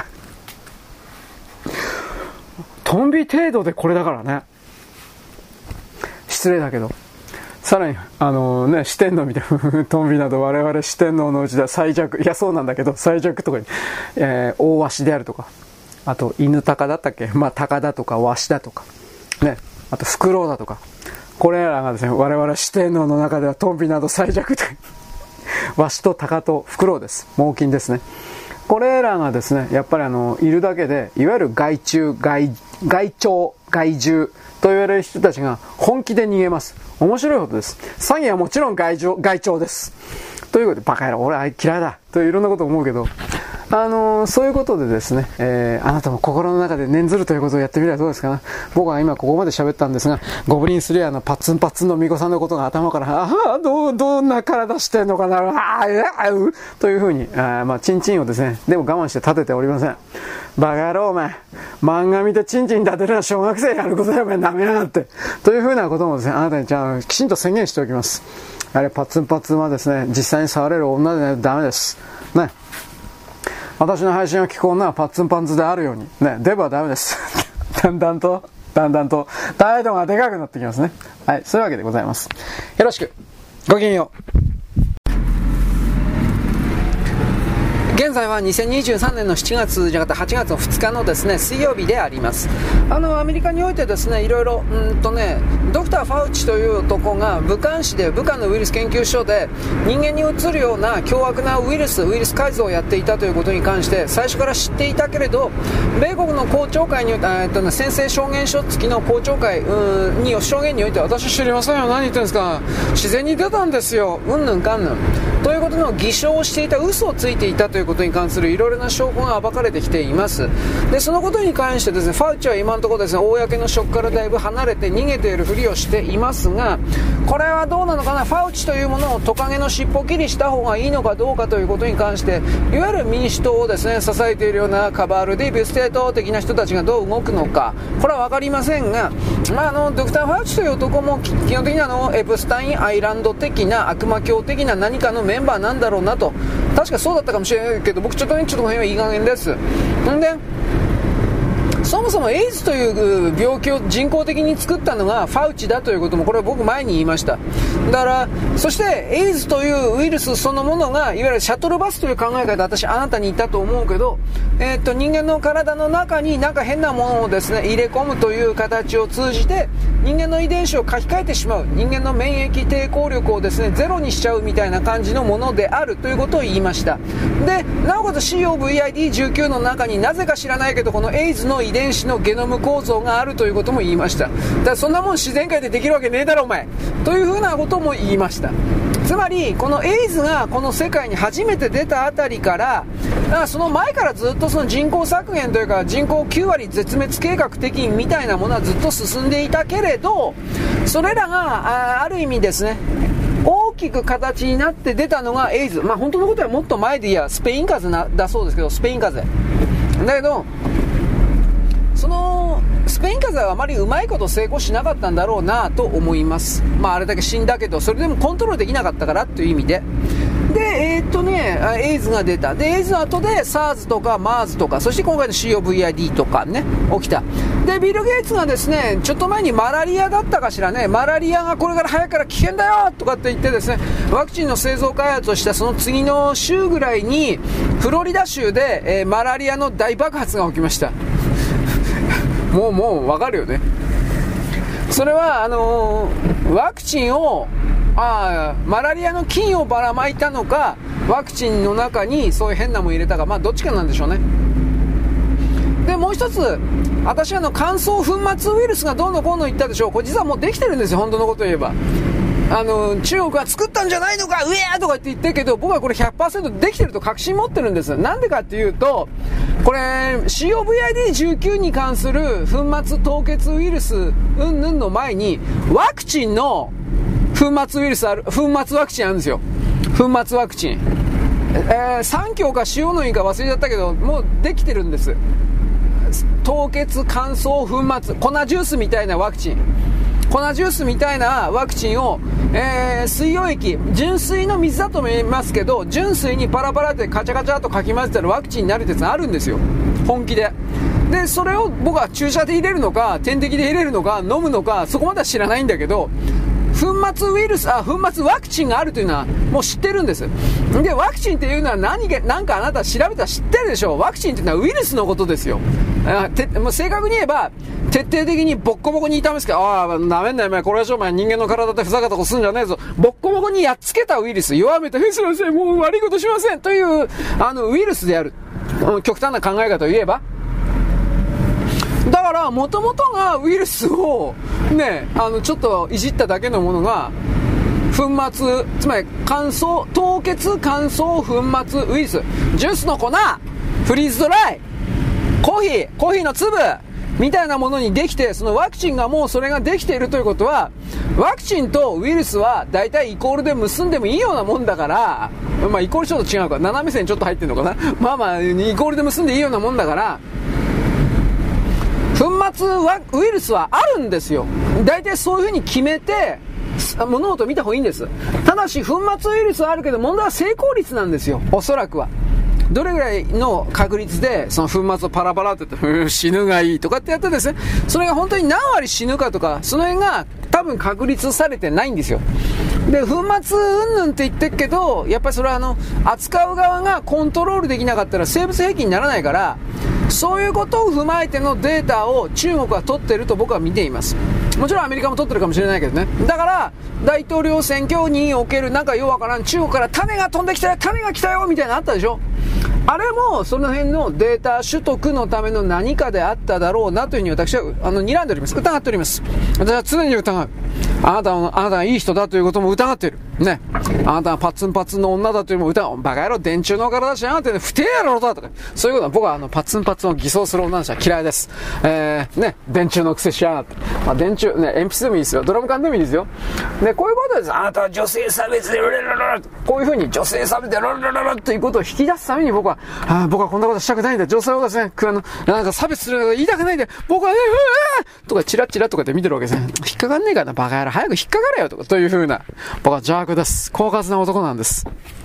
トンビ程度でこれだからね。失礼だけど。さらに、あのね、四天王みたいな、トンビなど我々四天王のうちでは最弱、いやそうなんだけど、最弱とかに、えー、大ワシであるとか、あと犬鷹だったっけ、まあ鷹だとかワシだとか、ね、あとフクロウだとか、これらがですね、我々四天王の中ではトンビなど最弱と、ワシと鷹とフクロウです。猛禽ですね。これらがですね、やっぱりあの、いるだけで、いわゆる害虫、害、害鳥、害獣と言われる人たちが本気で逃げます。面白いことです。詐欺はもちろん害虫、害鳥です。ということで、バカ野郎、俺は嫌いだといろんなことを思うけど、あのー、そういうことでですね、えー、あなたも心の中で念ずるということをやってみればどうですかね。僕は今ここまで喋ったんですが、ゴブリンスレイヤーのパッツンパッツンの巫女さんのことが頭から、ああ、どう、どんな体してんのかな、ああ、うというふうに、あまあ、チンチンをですね、でも我慢して立てておりません。バカ野郎お前、漫画見てチンチン立てるのは小学生やることだよお前、舐めやがって。というふうなこともですね、あなたにじゃあきちんと宣言しておきます。あれ、パッツンパッツンはですね、実際に触れる女でないとダメです。ね。私の配信を聞く女はパッツンパンツであるように、ね、デブはダメです。だんだんと、だんだんと、態度がでかくなってきますね。はい、そういうわけでございます。よろしく。ごきげんよう。 現在はにせんにじゅうさんねんのしちがつじゃなくてはちがつのふつかのですね、水曜日であります。あの、アメリカにおいてですね、いろいろ、うんとね、ドクター・ファウチという男が武漢市で、武漢のウイルス研究所で人間にうつるような凶悪なウイルス、ウイルス改造をやっていたということに関して最初から知っていたけれど、米国の公聴会に、えーとね、宣誓証言書付きの公聴会うんに証言において、私知りませんよ、何言ってるんですか、自然に出たんですよ、うんぬんかんぬんということの偽証をしていた、嘘をついていたということに関するいろいろな証拠が暴かれてきています。でそのことに関してですね、ファウチは今のところですね、公の職からだいぶ離れて逃げているふりをしていますが、これはどうなのかな、ファウチというものをトカゲの尻尾切りした方がいいのかどうかということに関して、いわゆる民主党をですね支えているようなカバールディーブステート的な人たちがどう動くのか、これは分かりませんが、まあ、あのドクター・ファウチという男も基本的にあのエプスタインアイランド的な悪魔教的な何かのメンバーなんだろうなと、確かそうだったかもしれないけど、僕ちょっとねちょっとこの辺はいい加減です。んでそもそもエイズという病気を人工的に作ったのがファウチだということも、これは僕前に言いました。だからそしてエイズというウイルスそのものが、いわゆるシャトルバスという考え方、私あなたに言ったと思うけど、えー、っと人間の体の中になんか変なものをですね入れ込むという形を通じて人間の遺伝子を書き換えてしまう、人間の免疫抵抗力をですねゼロにしちゃうみたいな感じのものであるということを言いました。でなおかつ シーオーブイアイディーじゅうきゅう の中になぜか知らないけどこのエイズの遺伝子のゲノム構造があるということも言いました。だからそんなもん自然界でできるわけねえだろお前というふうなことも言いました。つまりこのエイズがこの世界に初めて出たあたりから、その前からずっとその人口削減というか人口きゅうわり絶滅計画的みたいなものはずっと進んでいたけれど、それらが あ, ある意味ですね大きく形になって出たのがエイズ。まあ本当のことはもっと前でいやスペイン風邪だそうですけど、スペイン風邪だけど、そのスペイン風邪はあまりうまいこと成功しなかったんだろうなと思います。まああれだけ死んだけど、それでもコントロールできなかったからという意味で。で、えー、っとね、エイズが出た。で、エイズの後で SARS とか MERS とか、そして今回の シーオーブイアイディー とかね、起きた。で、ビル・ゲイツがですね、ちょっと前にマラリアだったかしらね、マラリアがこれから早いから危険だよとかって言ってですね、ワクチンの製造開発をしたその次の週ぐらいに、フロリダ州で、えー、マラリアの大爆発が起きました。もうもうわかるよね。それはあのー、ワクチンをあマラリアの菌をばらまいたのか、ワクチンの中にそういう変なもん入れたか、まあどっちかなんでしょうね。でもう一つ、私あの乾燥粉末ウイルスがどうのこうの言ったでしょう。これ実はもうできてるんですよ、本当のことを言えば。あの中国は作ったんじゃないのかうえーとか言って言ってるけど、僕はこれ ひゃくパーセント できてると確信持ってるんです。なんでかっていうと、これ シーオーブイアイディーじゅうきゅう に関する粉末凍結ウイルスうんぬんの前に、ワクチンの粉末ウイルスある、粉末ワクチンあるんですよ。粉末ワクチン、えー、さんきょうか塩のいいか忘れちゃったけど、もうできてるんです。凍結乾燥粉末粉ジュースみたいなワクチン、粉ジュースみたいなワクチンを、えー、水溶液、純水の水だと思いますけど、純水にパラパラってカチャカチャとかき混ぜたらワクチンになるってやつがあるんですよ、本気で。でそれを僕は注射で入れるのか点滴で入れるのか飲むのか、そこまでは知らないんだけど、粉末ウイルス、あ、粉末ワクチンがあるというのはもう知ってるんです。で、ワクチンっていうのは何か、なんかあなた調べたら知ってるでしょ。ワクチンっていうのはウイルスのことですよ。あてもう正確に言えば、徹底的にボッコボコに痛めつけ、ああ、なめんなよ、お前、これはしょ、お前、人間の体でふざけたことすんじゃねえぞ。ボッコボコにやっつけたウイルス、弱めて、すいません、もう悪いことしません、という、あの、ウイルスである。極端な考え方を言えば。だから元々がウイルスをね、あのちょっといじっただけのものが粉末、つまり乾燥凍結乾燥粉末ウイルス、ジュースの粉、フリーズドライ、コーヒーコーヒーの粒みたいなものにできて、そのワクチンがもうそれができているということは、ワクチンとウイルスはだいたいイコールで結んでもいいようなもんだから、まあイコールちょっと違うか、斜め線ちょっと入ってるのかな、まあまあイコールで結んでいいようなもんだから、粉末ウイルスはあるんですよ。大体そういう風に決めて物事を見た方がいいんです。ただし粉末ウイルスはあるけど、問題は成功率なんですよ。おそらくはどれぐらいの確率でその粉末をパラパラって言って死ぬがいいとかってやってですね、それが本当に何割死ぬかとか、その辺が多分確立されてないんですよ。 で粉末うんぬんって言ってるけど、やっぱりそれはあの扱う側がコントロールできなかったら生物兵器にならないから、そういうことを踏まえてのデータを中国は取っていると僕は見ています。もちろんアメリカも取ってるかもしれないけどね。だから大統領選挙におけるなんかようわからん中国から種が飛んできたよ、種が来たよみたいなのあったでしょ。あれもその辺のデータ取得のための何かであっただろうなというふうに私はあの睨んでおります。疑っております。私は常に疑う。あなたはあなたがいい人だということも疑っているね。あなたはパッツンパッツンの女だというのも疑う。バカ野郎電柱の体しやがってね、不定やろだとか、そういうことは僕はあのパッツンパッツンを偽装する女たちは嫌いです。えー、ね電柱の癖しやがって、まあ、電柱ね鉛筆でもいいですよ、ドラム缶でもいいですよ。でこういうことです。あなたは女性差別でルルルルこういうふうに女性差別でルルルルルということを引き出すために僕はあ僕はこんなことしたくないんだ、女性をですねあのなんか差別するの言いたくないんだ、僕はねうーとかチラチラとかで見てるわけですね。引っかかんねえからなバカ野郎、早く引っかかれよとかというふうな、僕は邪悪です。狡猾な男なんです。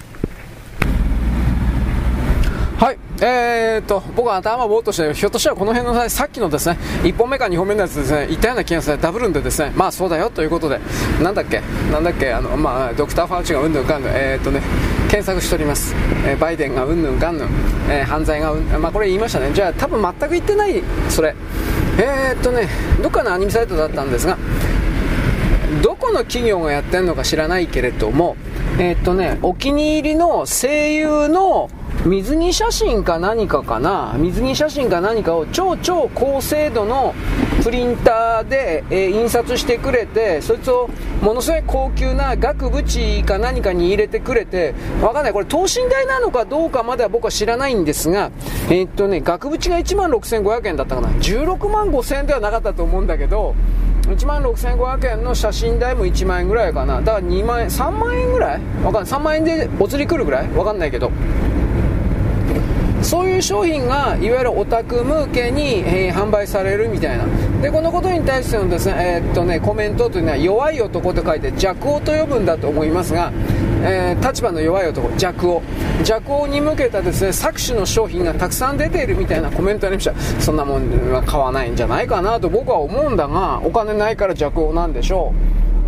はい、えーっと僕は頭をぼーっとして、ひょっとしたらこの辺のさっきのですねいっぽんめかにほんめのやつですね言ったような気がするダブるんでですね、まあそうだよということで、なんだっけなんだっけあのまあドクター・ファウチがうんぬんかんぬんえーっとね検索しております。えー、バイデンがうんぬんかんぬん、えー、犯罪がうんまあこれ言いましたね。じゃあ多分全く言ってないそれえーっとねどっかのアニメサイトだったんですが、どこの企業がやってるのか知らないけれども、えーっとねお気に入りの声優の水着写真か何かかな水着写真か何かを超超高精度のプリンターで、えー、印刷してくれて、そいつをものすごい高級な額縁か何かに入れてくれて、わかんないこれ等身大なのかどうかまでは僕は知らないんですが、えーっとね額縁がいちまんろくせんごひゃくえんだったかな、じゅうろくまんごせんえんではなかったと思うんだけど、いちまんろくせんごひゃくえんの写真代もいちまんえんぐらいかな、だからにまんえんさんまんえんぐらいわかんない、さんまんえんでお釣り来るぐらいわかんないけど、そういう商品がいわゆるオタク向けに、えー、販売されるみたいな。でこのことに対してのですね、えー、っとねコメントというのは弱い男と書いて弱王と呼ぶんだと思いますが、えー、立場の弱い男弱王弱王に向けたですね搾取の商品がたくさん出ているみたいなコメントありました。そんなもんは買わないんじゃないかなと僕は思うんだが、お金ないから弱王なんでしょう。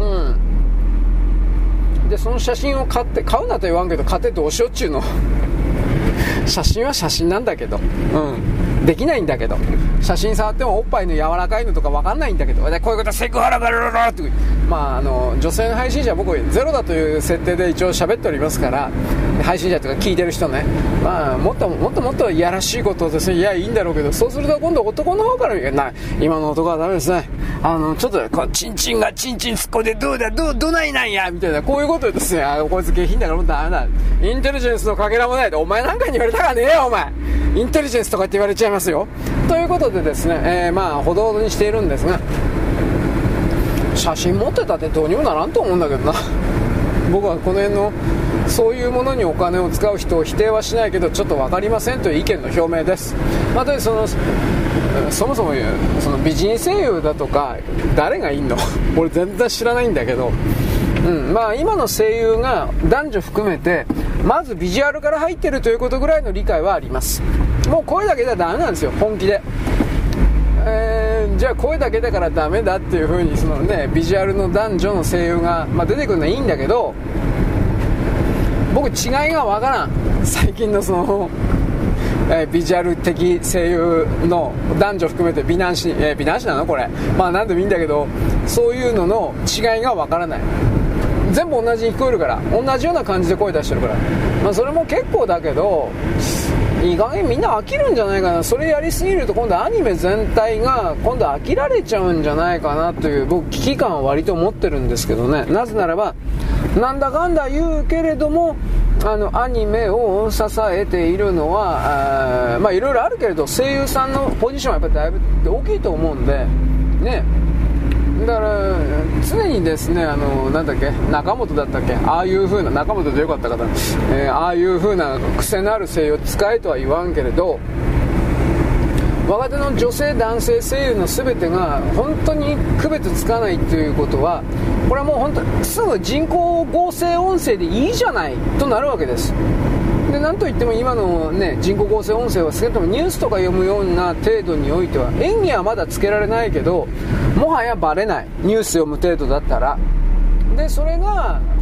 うんでその写真を買って買うなと言わんけど買ってどうしようっちゅうの写真は写真なんだけど、うん、できないんだけど、写真触ってもおっぱいの柔らかいのとか分かんないんだけど、でこういうことセクハラバルルルって、まああの女性の配信者は僕ゼロだという設定で一応喋っておりますから、配信者とか聞いてる人ね、まあもっともっともっといやらしいことをですね、いやいいんだろうけど、そうすると今度男の方から言うな、今の男はダメですね、あのちょっとこうチンチンがチンチン突っ込んでどうだどうどないなんやみたいな、こういうことをですね、あこいつ下品だからもうダメだ、インテリジェンスのかけらもないと、お前なんかに言われたかねえよお前、インテリジェンスとかって言われちゃいますよということでですね、えー、まあほどほどにしているんですが、写真持ってたってどうにもならんと思うんだけどな。僕はこの辺のそういうものにお金を使う人を否定はしないけど、ちょっと分かりませんという意見の表明です。またそのそもそもその美人声優だとか誰がいんの俺全然知らないんだけど、うんまあ、今の声優が男女含めてまずビジュアルから入ってるということぐらいの理解はあります。もう声だけではダメなんですよ、本気で。えー、じゃあ声だけだからダメだっていう風にそのねビジュアルの男女の声優が、まあ、出てくるのはいいんだけど、僕違いがわからん。最近のその、えー、ビジュアル的声優の男女含めて美男子、えー、美男子なのこれ、まあ何でもいいんだけど、そういうのの違いがわからない。全部同じに聞こえるから、同じような感じで声出してるから、まあ、それも結構だけど、意外にみんな飽きるんじゃないかな。それやりすぎると今度アニメ全体が今度飽きられちゃうんじゃないかなという僕危機感は割と持ってるんですけどね。なぜならばなんだかんだ言うけれども、あのアニメを支えているのはあまあいろいろあるけれど、声優さんのポジションはやっぱりだいぶ大きいと思うんでね。だから常にですね、あのなんだっけ中本だったっけ、ああいう風な中本でよかった方、えー、ああいう風な癖のある声優を使えとは言わんけれど、若手の女性男性声優の全てが本当に区別つかないということは、これはもう本当にすぐ人工合成音声でいいじゃないとなるわけです。でなんといっても今の、ね、人工合成音声は少なくともニュースとか読むような程度においては演技はまだつけられないけど、もはやバレない、ニュース読む程度だったら。でそれが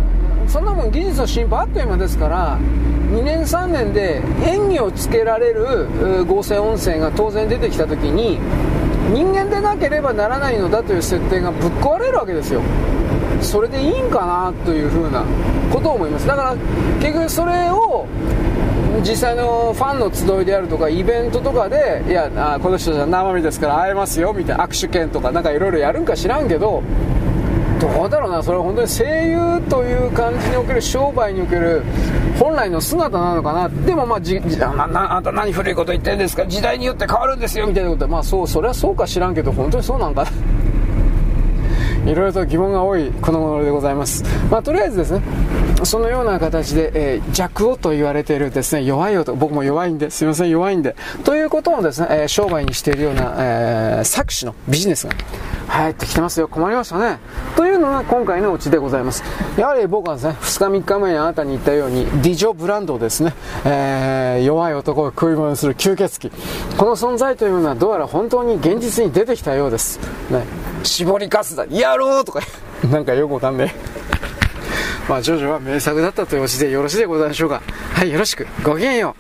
そんなもん技術の進歩あっという間ですから、にねんさんねんで変異をつけられる合成音声が当然出てきた時に、人間でなければならないのだという設定がぶっ壊れるわけですよ。それでいいんかなというふうなことを思います。だから結局それを実際のファンの集いであるとかイベントとかで、いやあこの人じゃ生身ですから会えますよみたいな握手券とかなんかいろいろやるんか知らんけど、どうだろうな、それは本当に声優という感じにおける商売における本来の姿なのかな。でもまあじじななあんた何古いこと言ってるんですか、時代によって変わるんですよみたいなことで、まあそうそれはそうか知らんけど本当にそうなんかないろいろと疑問が多いこのものでございます。まあとりあえずですね、そのような形で、えー、弱をと言われているですね、弱いよと、僕も弱いんですいません弱いんでということをですね、えー、商売にしているような、えー、作詞のビジネスが入ってきてますよ。困りましたねというのが今回のうちでございます。やはり僕はですね、ふつかみっかまえにあなたに言ったようにディジョブランドですね、えー、弱い男を食い物にする吸血鬼、この存在というのはどうやら本当に現実に出てきたようですね。絞りかすだやろうとかなんかよくわかんねえまあジョジョは名作だったというオチでよろしいでございましょうか。はい、よろしくごきげんよう。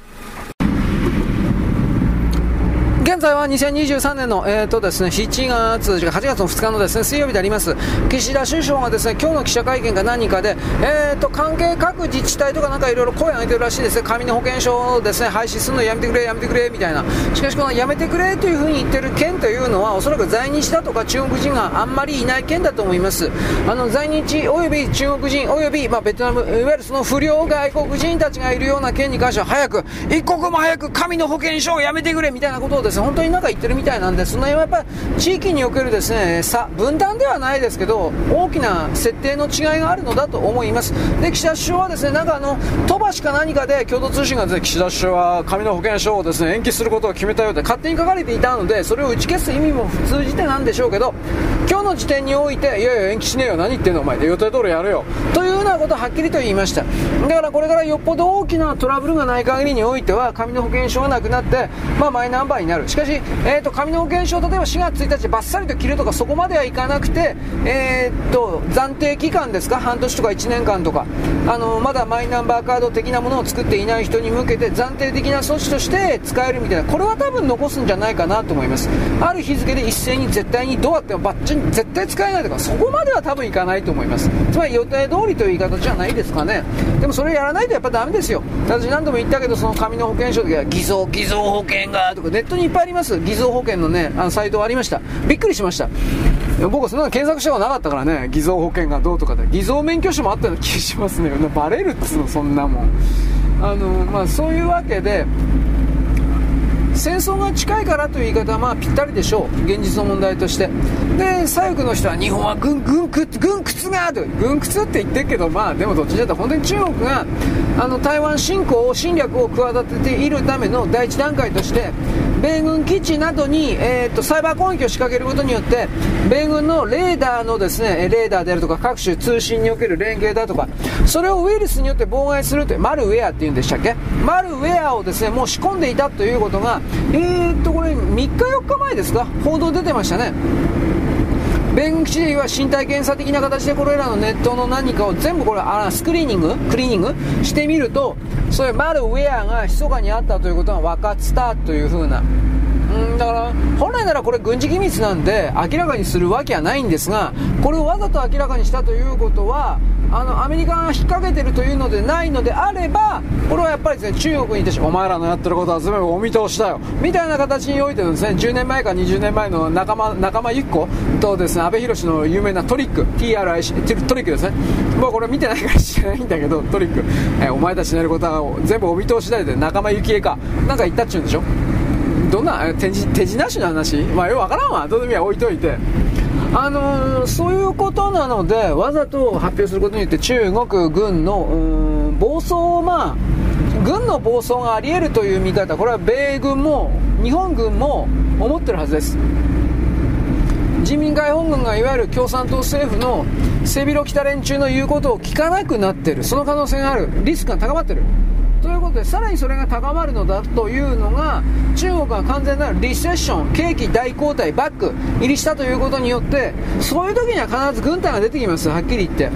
現在はにせんにじゅうさんねんの、えーとですね、しちがつ、はちがつのふつかのですね、水曜日であります。岸田首相がですね、今日の記者会見か何かで、えーと、関係各自治体とかなんかいろいろ声を上げてるらしいですね。紙の保険証をですね、廃止するのやめてくれ、やめてくれ、みたいな。しかしこのやめてくれというふうに言ってる県というのは、おそらく在日だとか中国人があんまりいない県だと思います。あの、在日および中国人および、まあ、ベトナム、いわゆるその不良外国人たちがいるような県に関しては、早く、一刻も早く紙の保険証をやめてくれ、みたいなことをですね、本当になんか言ってるみたいなんで、その辺はやっぱり地域におけるですね、差分断ではないですけど大きな設定の違いがあるのだと思います。で、岸田首相はですね、なんかあの鳥羽氏か何かで共同通信がですね、岸田首相は紙の保険証をですね延期することを決めたようで勝手に書かれていたので、それを打ち消す意味も通じてなんでしょうけど、今日の時点においていやいや延期しねえよ、何言ってんのお前で、予定通りやるよというようなことをはっきりと言いました。だからこれからよっぽど大きなトラブルがない限りにおいては紙の保険証がなくなって、まあ、マイナンバーになる。しかし、えーと紙の保険証、例えばしがつついたちバッサリと切るとかそこまではいかなくて、えー、っと暫定期間ですか、半年とかいちねんかんとか、あのまだマイナンバーカード的なものを作っていない人に向けて暫定的な措置として使えるみたいな、これは多分残すんじゃないかなと思います。ある日付で一斉に絶対にどうやってもバッチリ絶対使えないとか、そこまでは多分いかないと思います。つまり予定通りという言い方じゃないですかね。でもそれやらないとやっぱダメですよ。私何度も言ったけど、その紙の保険証とか偽造偽造保険がとかネットにいっぱいあります。偽造保険のね、あのサイトありました。びっくりしました。僕はそんなの検索したことなかったからね、偽造保険がどうとかで、偽造免許証もあったような気がしますね。バレるっつうの、そんなもん。あのまあそういうわけで、戦争が近いからという言い方はまあぴったりでしょう、現実の問題として。で、左翼の人は日本は軍軍軍軍屈がと軍屈って言ってるけど、まあでもどっちだったら本当に中国があの台湾侵攻を侵略を企てているための第一段階として、米軍基地などに、えー、とサイバー攻撃を仕掛けることによって、米軍のレーダーのですね、レーダーであるとか各種通信における連携だとか、それをウイルスによって妨害するというマルウェアっていうんでしたっけ、マルウェアをですねもう仕込んでいたということが、えー、とこれみっかよっかまえですか、報道出てましたね。米軍基地では身体検査的な形でこれらのネットの何かを全部これあスクリーニングクリーニングしてみると、そういうマルウェアが密かにあったということが分かったという風な、うんだから本来ならこれ軍事機密なんで明らかにするわけはないんですが、これをわざと明らかにしたということは、あのアメリカが引っ掛けてるというのでないのであれば、これはやっぱりですね、中国に対してお前らのやってることは全部お見通しだよみたいな形においてですね、じゅうねんまえかにじゅうねんまえの仲間仲間由紀子とですね、阿部寛の有名なトリック ティーアールアイシー トリックですね。もうこれ見てないから知らないんだけど、トリック、えー、お前たちのやることは全部お見通しだよで仲間由紀恵かなんか言ったっちゅうんでしょ。どんな手じ手品師の話、まあよくわからんわ、どうでもいいや置いといて、あのー、そういうことなのでわざと発表することによって中国軍のうーん暴走を、まあ軍の暴走があり得るという見方、これは米軍も日本軍も思ってるはずです。人民解放軍がいわゆる共産党政府の背広着た連中の言うことを聞かなくなっている、その可能性がある、リスクが高まっているということで、さらにそれが高まるのだというのが、中国が完全なるリセッション、景気大後退バック入りしたということによって、そういう時には必ず軍隊が出てきます、はっきり言って。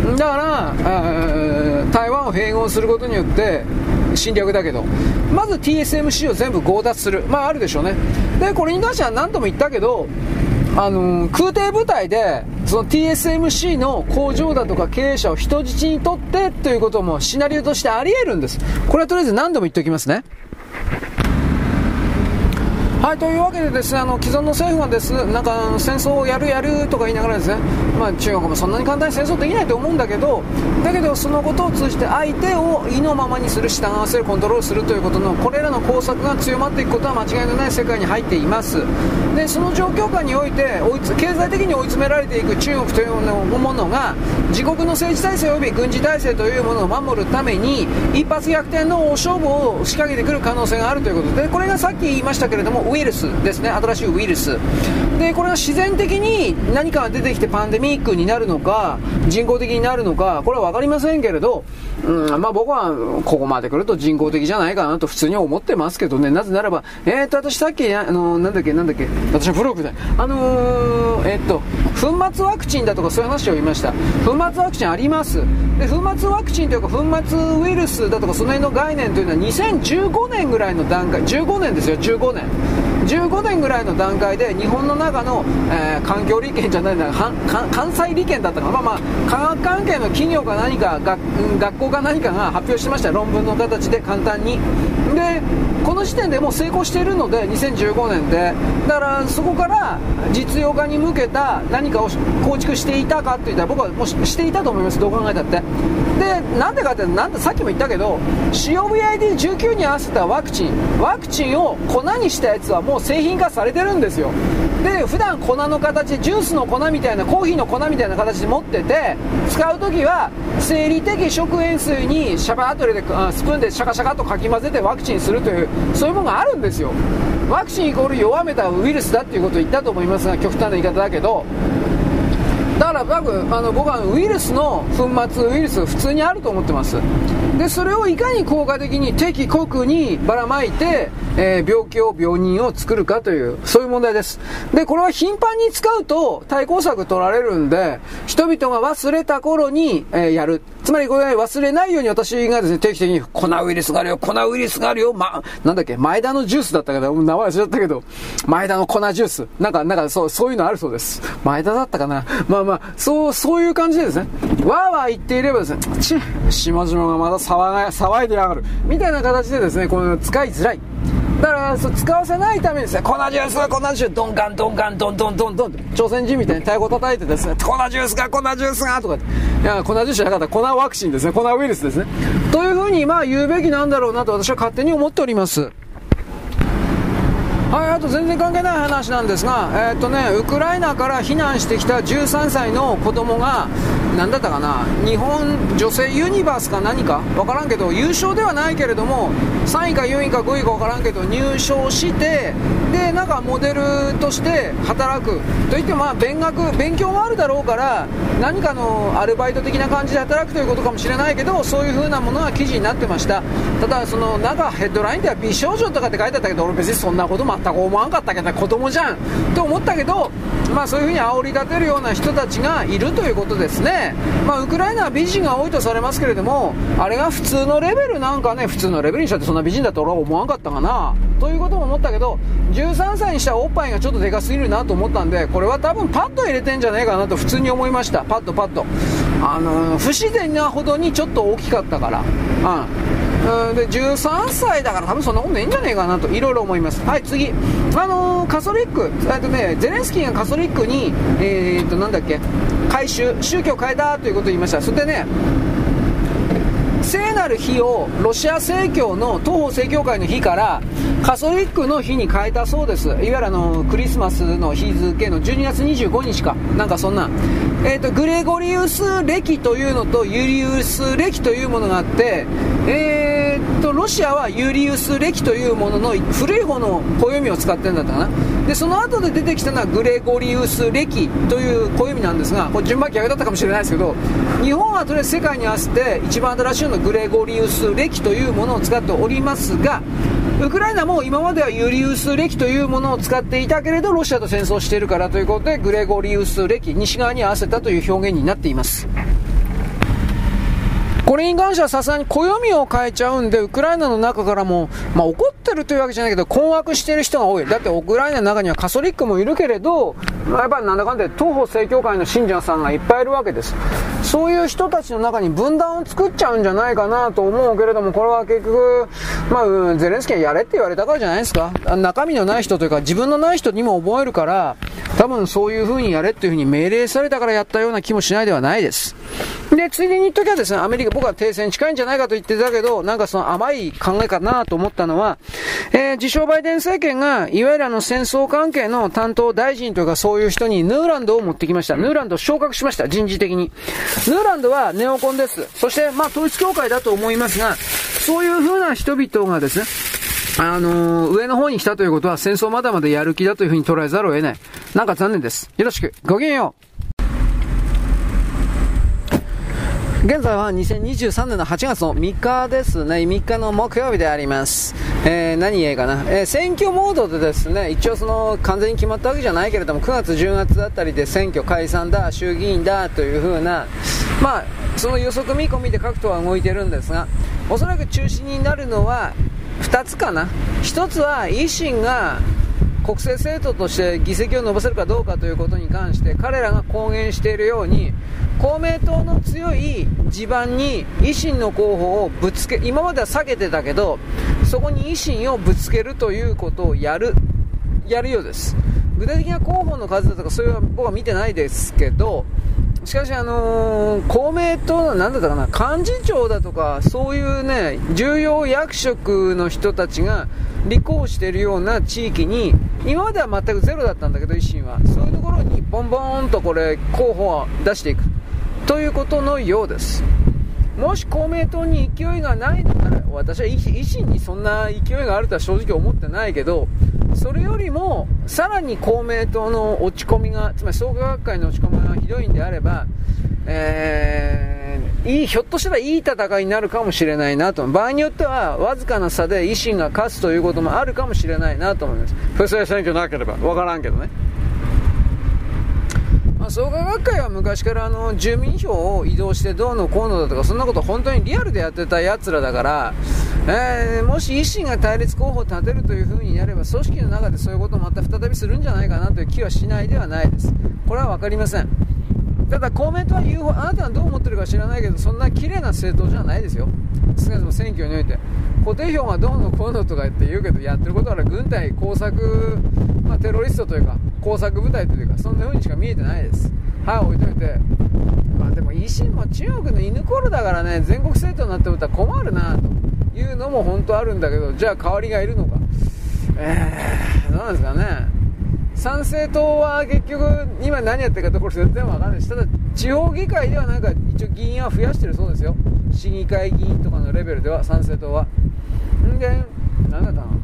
だから、えー、台湾を併合することによって侵略だけど、まず ティーエスエムシー を全部強奪する、まああるでしょうね。でこれに関しては何度も言ったけど、あのー、空挺部隊でその ティーエスエムシー の工場だとか経営者を人質にとってということもシナリオとしてあり得るんです。これはとりあえず何度も言っておきますね。はい、というわけでですね、あの既存の政府がですなんか戦争をやるやるとか言いながらですね、まあ、中国もそんなに簡単に戦争できないと思うんだけど、だけどそのことを通じて相手を意のままにする、従わせる、コントロールするということのこれらの工作が強まっていくことは間違いのない世界に入っています。でその状況下において追いつ経済的に追い詰められていく中国というものが自国の政治体制及び軍事体制というものを守るために一発逆転の勝負を仕掛けてくる可能性があるということで、これがさっき言いましたけれどもウイルスですね、新しいウイルスで、これが自然的に何かが出てきてパンデミックになるのか人工的になるのか、これは分かりませんけれど、うんまあ、僕はここまで来ると人工的じゃないかなと普通に思ってますけどね。なぜならば、えー、っと私さっきあのなんだっけなんだっけ私のブログであのー、えー、っと粉末ワクチンだとかそういう話を言いました。粉末ワクチンあります。で粉末ワクチンというか粉末ウイルスだとかその辺の概念というのはにせんじゅうごねんぐらいの段階、じゅうごねんですよ、じゅうごねんじゅうごねんぐらいの段階で日本の中の、えー、環境利権じゃないな、関西利権だったかな、まあまあ科学関係の企業か何か学、学校か何かが発表してました。論文の形で簡単に。でこの時点でもう成功しているのでにせんじゅうごねんで、だからそこから実用化に向けた何かを構築していたかといったら僕はもうしていたと思います。どう考えたって。でなんでかってなんでさっきも言ったけど シーオーブイアイディーじゅうきゅう に合わせたワクチンワクチンを粉にしたやつはもう製品化されてるんですよ。で普段粉の形、ジュースの粉みたいな、コーヒーの粉みたいな形で持ってて使うときは生理的食塩水にシャバーっと入れてスプーンでシャカシャカとかき混ぜてワクチンするというそういうものがあるんですよ。ワクチンイコール弱めたウイルスだっていうことを言ったと思いますが極端な言い方だけど、だから僕あの僕はウイルスの粉末ウイルス普通にあると思ってます。でそれをいかに効果的に敵国にばらまいて、えー、病気を病人を作るかというそういう問題です。でこれは頻繁に使うと対抗策取られるんで人々が忘れた頃に、えー、やる。つまりこれ忘れないように私がですね定期的に粉ウイルスがあるよ粉ウイルスがあるよ、ま、なんだっけ前田のジュースだったけど名前忘れちゃったけど前田の粉ジュースなんかなんかそうそういうのあるそうです。前田だったかな。まあまあそうそういう感じでですねわーわー言っていればですねち島々がまだ騒が騒いでやがるみたいな形でですねこの使いづらい。だからそう使わせないためにですね粉ジュースが粉ジュースドンガンドンガンドンドンドンドン朝鮮人みたいに太鼓叩いてですね粉ジュースが粉ジュースがとかいや粉ジュースじゃなかった粉ワクチンですね粉ウイルスですねというふうにまあ言うべきなんだろうなと私は勝手に思っております。はい、あと全然関係ない話なんですが、えーっとね、ウクライナから避難してきたじゅうさんさいの子供が何だったかな、日本女性ユニバースか何か分からんけど優勝ではないけれどもさんいかよんいかごいか分からんけど入賞してでなんかモデルとして働くといってもまあ勉学勉強があるだろうから何かのアルバイト的な感じで働くということかもしれないけどそういう風なものが記事になってました。ただそのなんかヘッドラインでは美少女とかって書いてあったけど俺別にそんなこと全く思わんかったけど子供じゃんと思ったけどまあそういう風に煽り立てるような人たちがいるということですね。まあウクライナは美人が多いとされますけれどもあれが普通のレベルなんかね普通のレベルにしたってそんな美人だと俺は思わんかったかなということも思ったけどじゅうさんさいにしたらおっぱいがちょっとでかすぎるなと思ったんでこれは多分パッド入れてんじゃねえかなと普通に思いました。パッドパッドあのー、不自然なほどにちょっと大きかったからうん、でじゅうさんさいだから多分そんなことないんじゃねえかなといろいろ思います。はい次あのー、カソリックえっとねゼレンスキーがカソリックにえー、っとなんだっけ改宗宗教を変えたということを言いました。それでね聖なる日をロシア正教の東方正教会の日からカソリックの日に変えたそうです。いわゆるあのクリスマスの日付のじゅうにがつにじゅうごにちかなんかそんな、えー、とグレゴリウス暦というのとユリウス暦というものがあってえー、とロシアはユリウス暦というものの古い方の暦を使ってるんだったかな。でその後で出てきたのはグレゴリウス暦という暦なんですがこれ順番逆だったかもしれないですけど日本はとりあえず世界に合わせて一番新しいのグレゴリウス暦というものを使っておりますがウクライナも今まではユリウス暦というものを使っていたけれどロシアと戦争しているからということでグレゴリウス暦西側に合わせたという表現になっています。 これに関してはさすがに暦を変えちゃうんで、ウクライナの中からも、まあ、怒ってるというわけじゃないけど困惑している人が多い。だってウクライナの中にはカソリックもいるけれど、やっぱりなんだかんだ東方正教会の信者さんがいっぱいいるわけです。そういう人たちの中に分断を作っちゃうんじゃないかなと思うけれども、これは結局、まあ、ゼレンスキーはやれって言われたからじゃないですか。中身のない人というか自分のない人にも覚えるから、多分そういう風にやれっていう風に命令されたからやったような気もしないではないです。で、ついでに言っときはですね、アメリカ、僕は停戦近いんじゃないかと言ってたけど、なんかその甘い考えかなと思ったのは、えー、自称バイデン政権が、いわゆるあの戦争関係の担当大臣というかそういう人にヌーランドを持ってきました。ヌーランドを昇格しました、人事的に。ヌーランドはネオコンです。そして、まあ統一教会だと思いますが、そういう風な人々がですね、あのー、上の方に来たということは戦争まだまだやる気だというふうに捉えざるを得ない。なんか残念です。よろしく。ごきげんよう。現在はにせんにじゅうさんねんのはちがつのみっかですね。みっかの木曜日であります。えー、何言えかな。えー、選挙モードでですね、一応その完全に決まったわけじゃないけれども、くがつじゅうがつあたりで選挙解散だ、衆議院だというふうな、まあ、その予測見込みで各党は動いてるんですが、おそらく中心になるのはふたつかな。ひとつは維新が国政政党として議席を伸ばせるかどうかということに関して彼らが公言しているように、公明党の強い地盤に維新の候補をぶつけ、今までは避けてたけどそこに維新をぶつけるということをやるやるようです。具体的な候補の数だとかそれは僕は見てないですけど、しかしあのー、公明党の何だったかな、幹事長だとかそういうね重要役職の人たちが立候補しているような地域に、今までは全くゼロだったんだけど維新はそういうところにボンボーンとこれ候補を出していくということのようです。もし公明党に勢いがないのなら、私は維新にそんな勢いがあるとは正直思ってないけど、それよりもさらに公明党の落ち込みが、つまり創価学会の落ち込みがひどいんであれば、えー、いいひょっとしたらいい戦いになるかもしれないなと。場合によってはわずかな差で維新が勝つということもあるかもしれないなと思います。不正選挙なければわからんけどね。まあ、創価学会は昔からあの住民票を移動してどうのこうのだとかそんなこと本当にリアルでやってたやつらだから、えー、もし維新が対立候補を立てるという風になれば組織の中でそういうことをまた再びするんじゃないかなという気はしないではないです。これは分かりません。ただ公明党は言う方、あなたはどう思ってるか知らないけどそんな綺麗な政党じゃないですよ。少なくとも選挙において固定票がどうのこうのとか言って言うけど、やってることは軍隊工作、まあ、テロリストというか工作部隊というかそんな風にしか見えてないです。はい、置いといて、まあでも維新も中国の犬ころだからね、全国政党になってことは困るなというのも本当あるんだけど、じゃあ代わりがいるのか、えー、どうなんですかね。参政党は結局今何やってるかところ全然わからないし、ただ地方議会ではなんか一応議員は増やしてるそうですよ。市議会議員とかのレベルでは参政党は。んで何だったの、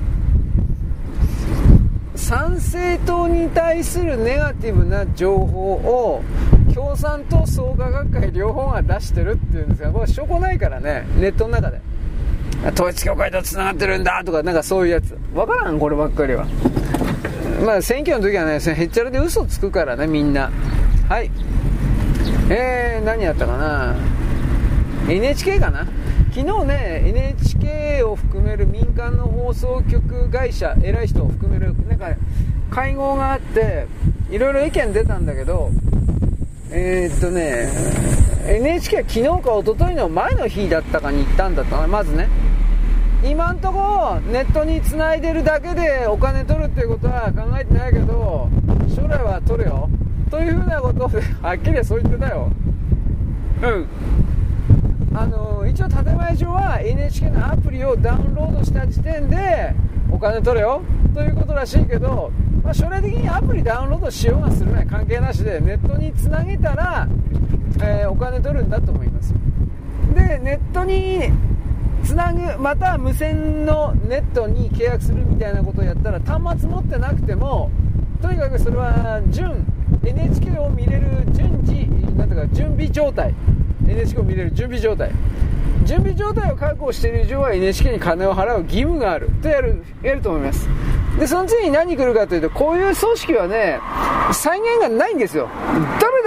参政党に対するネガティブな情報を共産党創価学会両方が出してるっていうんですが、これ証拠ないからね、ネットの中で統一教会とつながってるんだとかなんかそういうやつわからん、こればっかりは。まあ選挙の時はね、へっちゃらで嘘つくからねみんな。はい、えー、何やったかな、 エヌエイチケー かな。昨日ね エヌエイチケー を含める民間の放送局会社偉い人を含めるなんか会合があっていろいろ意見出たんだけど、えー、っとね エヌエイチケー は昨日か一昨日の前の日だったかに行ったんだったかな。まずね、今んとこネットにつないでるだけでお金取るっていうことは考えてないけど将来は取るよというふうなことをはっきりそう言ってたよ。うんあの一応建前上は エヌエイチケー のアプリをダウンロードした時点でお金取れよということらしいけど、まあ、将来的にアプリダウンロードしようがするのは関係なしでネットにつなげたら、えー、お金取るんだと思います。でネットにつなぐまたは無線のネットに契約するみたいなことをやったら端末持ってなくてもとにかくそれは準 エヌエイチケー を見れる順次なんていうか準備状態 エヌエイチケー を見れる準備状態準備状態を確保している以上は エヌエイチケー に金を払う義務があるとやるやると思います。でその次に何来るかというと、こういう組織はね再現がないんですよ。誰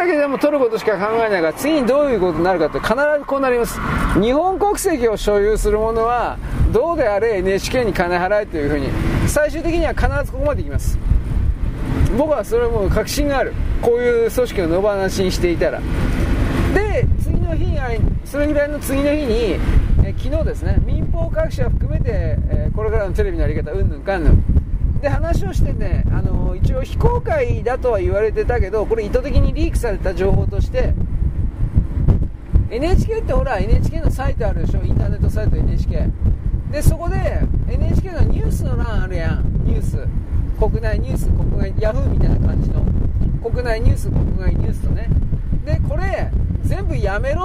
だけでも取ることしか考えないから、次にどういうことになるかって必ずこうなります。日本国籍を所有する者はどうであれ エヌエイチケー に金払えというふうに最終的には必ずここまでいきます。僕はそれはもう確信がある。こういう組織を野放しにしていたら。で次の日に、それぐらいの次の日にえ昨日ですね、民放各社含めて、えー、これからのテレビのやり方うんぬんかんぬんで話をしてね、あのー、一応非公開だとは言われてたけど、これ意図的にリークされた情報として エヌエイチケー ってほら エヌエイチケー のサイトあるでしょ、インターネットサイト エヌエイチケー で、そこで エヌエイチケー のニュースの欄あるやん。ニュース、国内ニュース、国外ヤフーみたいな感じの国内ニュース、国外ニュースとね。でこれ全部やめろって、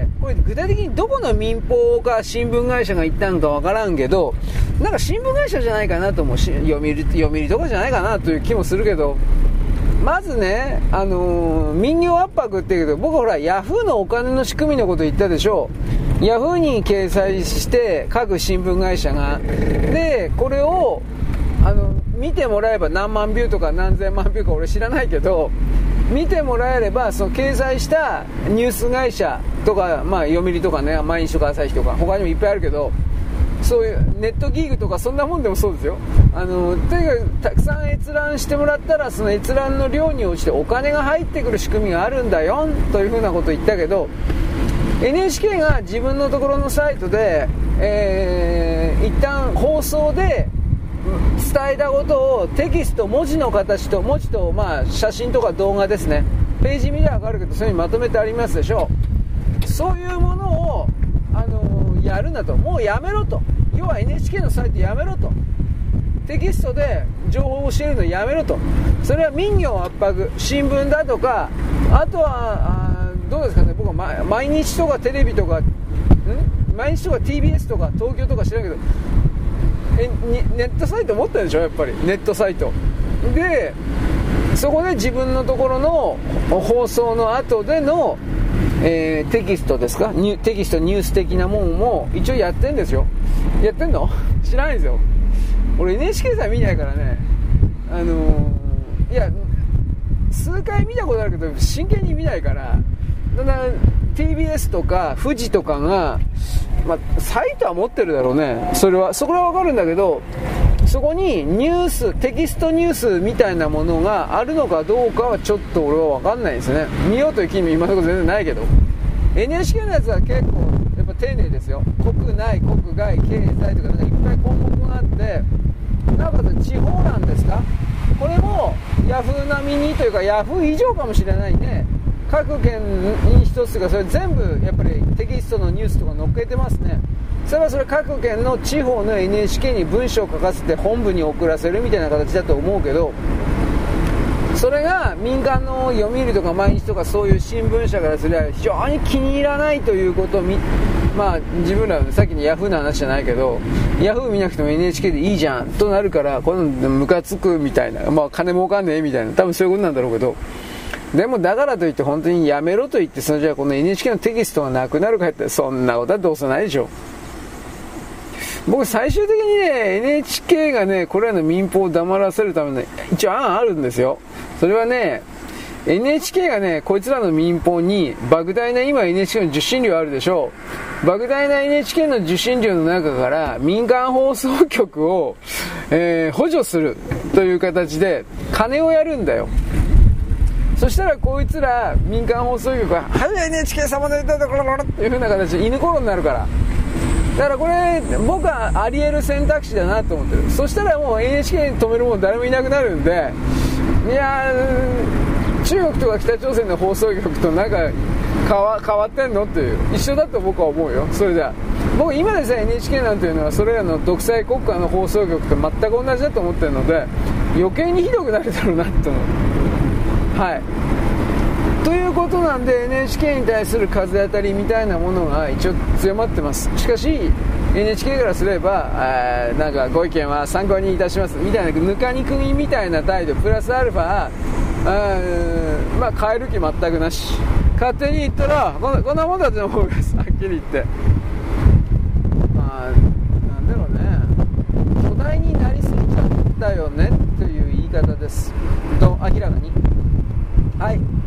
これ具体的にどこの民放か新聞会社が言ったのかわからんけど、なんか新聞会社じゃないかなと思うし、読売、読売とかじゃないかなという気もするけど、まずね、あのー、民業圧迫って言うけど、僕ほらヤフーのお金の仕組みのこと言ったでしょ。ヤフーに掲載して各新聞会社が、でこれをあの見てもらえば何万ビューとか何千万ビューか俺知らないけど、見てもらえればその掲載したニュース会社とか、まあ、読売とかね、毎日とか朝日とか他にもいっぱいあるけど、そういうネットギグとかそんなもんでもそうですよ。あのとにかくたくさん閲覧してもらったらその閲覧の量に応じてお金が入ってくる仕組みがあるんだよというふうなことを言ったけど、 エヌエイチケー が自分のところのサイトで、えー、一旦放送で伝えたことをテキスト、文字の形と文字と、まあ、写真とか動画ですね、ページ見れば分かるけどそういうふうにまとめてありますでしょう。そういうものを、あのー、やるんだと、もうやめろと、要は エヌエイチケー のサイトやめろと、テキストで情報を教えるのやめろと、それは民業圧迫、新聞だとか、あとはあどうですかね、僕は毎日とかテレビとかん毎日とか ティービーエス とか東京とか知らんけど、えネットサイト持ってるでしょ、やっぱりネットサイトで、そこで自分のところの放送の後での、えー、テキストですか、ニュテキストニュース的なもんも一応やってんですよ。やってんの知らないですよ。俺 エヌエイチケー さえ見ないからね、あのー、いや数回見たことあるけど真剣に見ないから。だから ティービーエス とか富士とかが、まあ、サイトは持ってるだろうね、それはそこは分かるんだけど、そこにニュース、テキストニュースみたいなものがあるのかどうかはちょっと俺は分かんないですね。見ようという気味今のところ全然ないけど、 エヌエイチケー のやつは結構やっぱ丁寧ですよ。国内国外経済とかなんかいっぱい項目があって、なおかつ地方なんですか、これもヤフー並みにというかヤフー以上かもしれないね。各県に一つがそれ全部やっぱりテキストのニュースとか載っけてますね。それはそれ各県の地方の エヌエイチケー に文章を書かせて本部に送らせるみたいな形だと思うけど、それが民間の読売とか毎日とかそういう新聞社からすれば非常に気に入らないということをみ、まあ自分らさっきのヤフーの話じゃないけど、ヤフー見なくても エヌエイチケー でいいじゃんとなるから、このムカつくみたいな、まあ金儲かんねえみたいな、多分そういうことなんだろうけど、でもだからといって本当にやめろと言って、そのじゃあこの エヌエイチケー のテキストがなくなるかって、そんなことはどうせないでしょ。僕最終的にね エヌエイチケー がねこれらの民放を黙らせるための一応案あるんですよ。それはね エヌエイチケー がねこいつらの民放に莫大な、今 エヌエイチケー の受信料あるでしょう。莫大な エヌエイチケー の受信料の中から民間放送局を、えー、補助するという形で金をやるんだよ。そしたらこいつら民間放送局ははい エヌエイチケー 様でだだからっていう風な形で犬ころになるから、だからこれ僕はあり得る選択肢だなと思ってる。そしたらもう エヌエイチケー に止めるもん誰もいなくなるんで、いや中国とか北朝鮮の放送局となんか変わ、変わってんのっていう、一緒だと僕は思うよ。それじゃ僕今でさえ エヌエイチケー なんていうのはそれらの独裁国家の放送局と全く同じだと思ってるので、余計にひどくなるだろうなと思う。はい、ということなんで エヌエイチケー に対する風当たりみたいなものが一応強まってます。しかし エヌエイチケー からすればあなんかご意見は参考にいたしますみたいなぬかに組みたいな態度プラスアルファ、あまあ変える気全くなし、勝手に言ったらこんな、こんなもんだと思います。はっきり言って、まあなんだろうね、巨大になりすぎちゃったよねという言い方ですと明らかに。はい、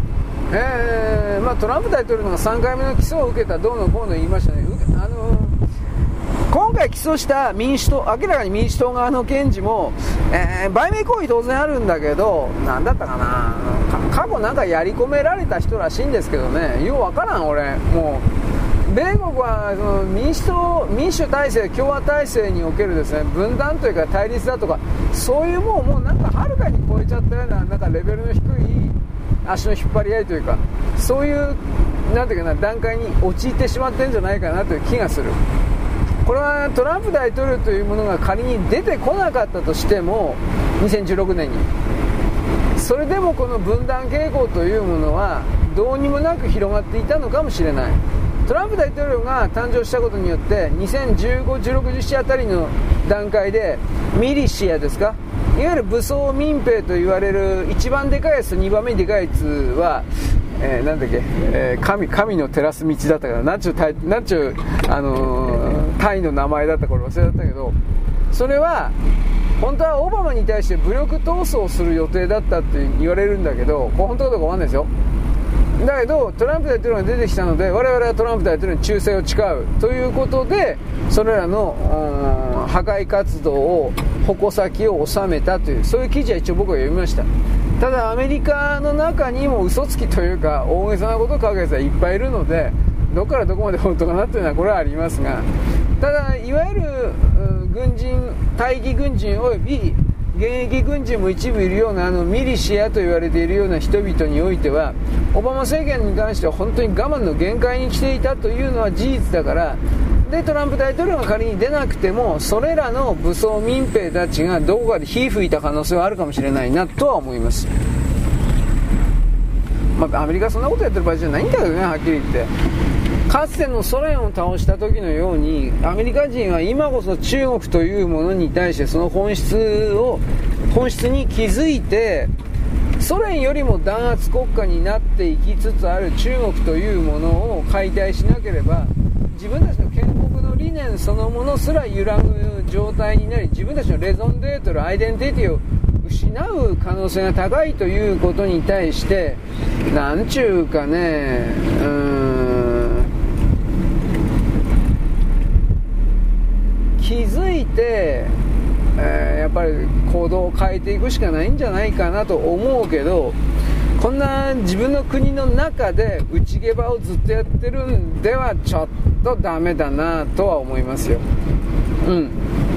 えーまあ、トランプ大統領がさんかいめの起訴を受けたどうのこうの言いましたね。あの今回起訴した民主党、明らかに民主党側の検事も、えー、売名行為当然あるんだけど、なんだったかな、か過去なんかやり込められた人らしいんですけどね、ようわからん。俺もう米国はその民主党、民主体制、共和体制におけるですね、分断というか対立だとか、そういうもうもうなんかはるかに超えちゃったような、なんかレベルの低い足の引っ張り合いというか、そういうなんていうかな段階に陥ってしまってるんじゃないかなという気がする。これはトランプ大統領というものが仮に出てこなかったとしても、にせんじゅうろくねんにそれでもこの分断傾向というものはどうにもなく広がっていたのかもしれない。トランプ大統領が誕生したことによってにせんじゅうご、じゅうろく、じゅうななあたりの段階でミリシアですか、いわゆる武装民兵と言われる一番でかいやつとにばんめにでかいやつは、えー、なんだっけ、えー、神, 神の照らす道だったからなんちゅうタイ、なんちゅう、あのー、タイの名前だった頃忘れだったけど、それは本当はオバマに対して武力闘争する予定だったって言われるんだけど、これ本当かどうかわかんないですよ。だけどトランプ大統領が出てきたので、我々はトランプ大統領に忠誠を誓うということで、それらの破壊活動を矛先を収めたという、そういう記事は一応僕は読みました。ただアメリカの中にも嘘つきというか大げさなことを書くやつはいっぱいいるので、どこからどこまで本当かなというのはこれはありますが、ただいわゆる軍人、退役軍人および現役軍人も一部いるようなあのミリシアと言われているような人々においては、オバマ政権に関しては本当に我慢の限界に来ていたというのは事実だから、でトランプ大統領が仮に出なくても、それらの武装民兵たちがどこかで火吹いた可能性はあるかもしれないなとは思います。まあ、アメリカはそんなことやってる場合じゃないんだけどね、はっきり言って。かつてのソ連を倒した時のように、アメリカ人は今こそ中国というものに対してその本質を本質に気づいて、ソ連よりも弾圧国家になっていきつつある中国というものを解体しなければ、自分たちの建国の理念そのものすら揺らぐ状態になり、自分たちのレゾンデートル、アイデンティティを失う可能性が高いということに対して、なんちゅうかね、うーん、気づいて、えー、やっぱり行動を変えていくしかないんじゃないかなと思うけど、こんな自分の国の中で内ゲバをずっとやってるんではちょっとダメだなとは思いますよ。うん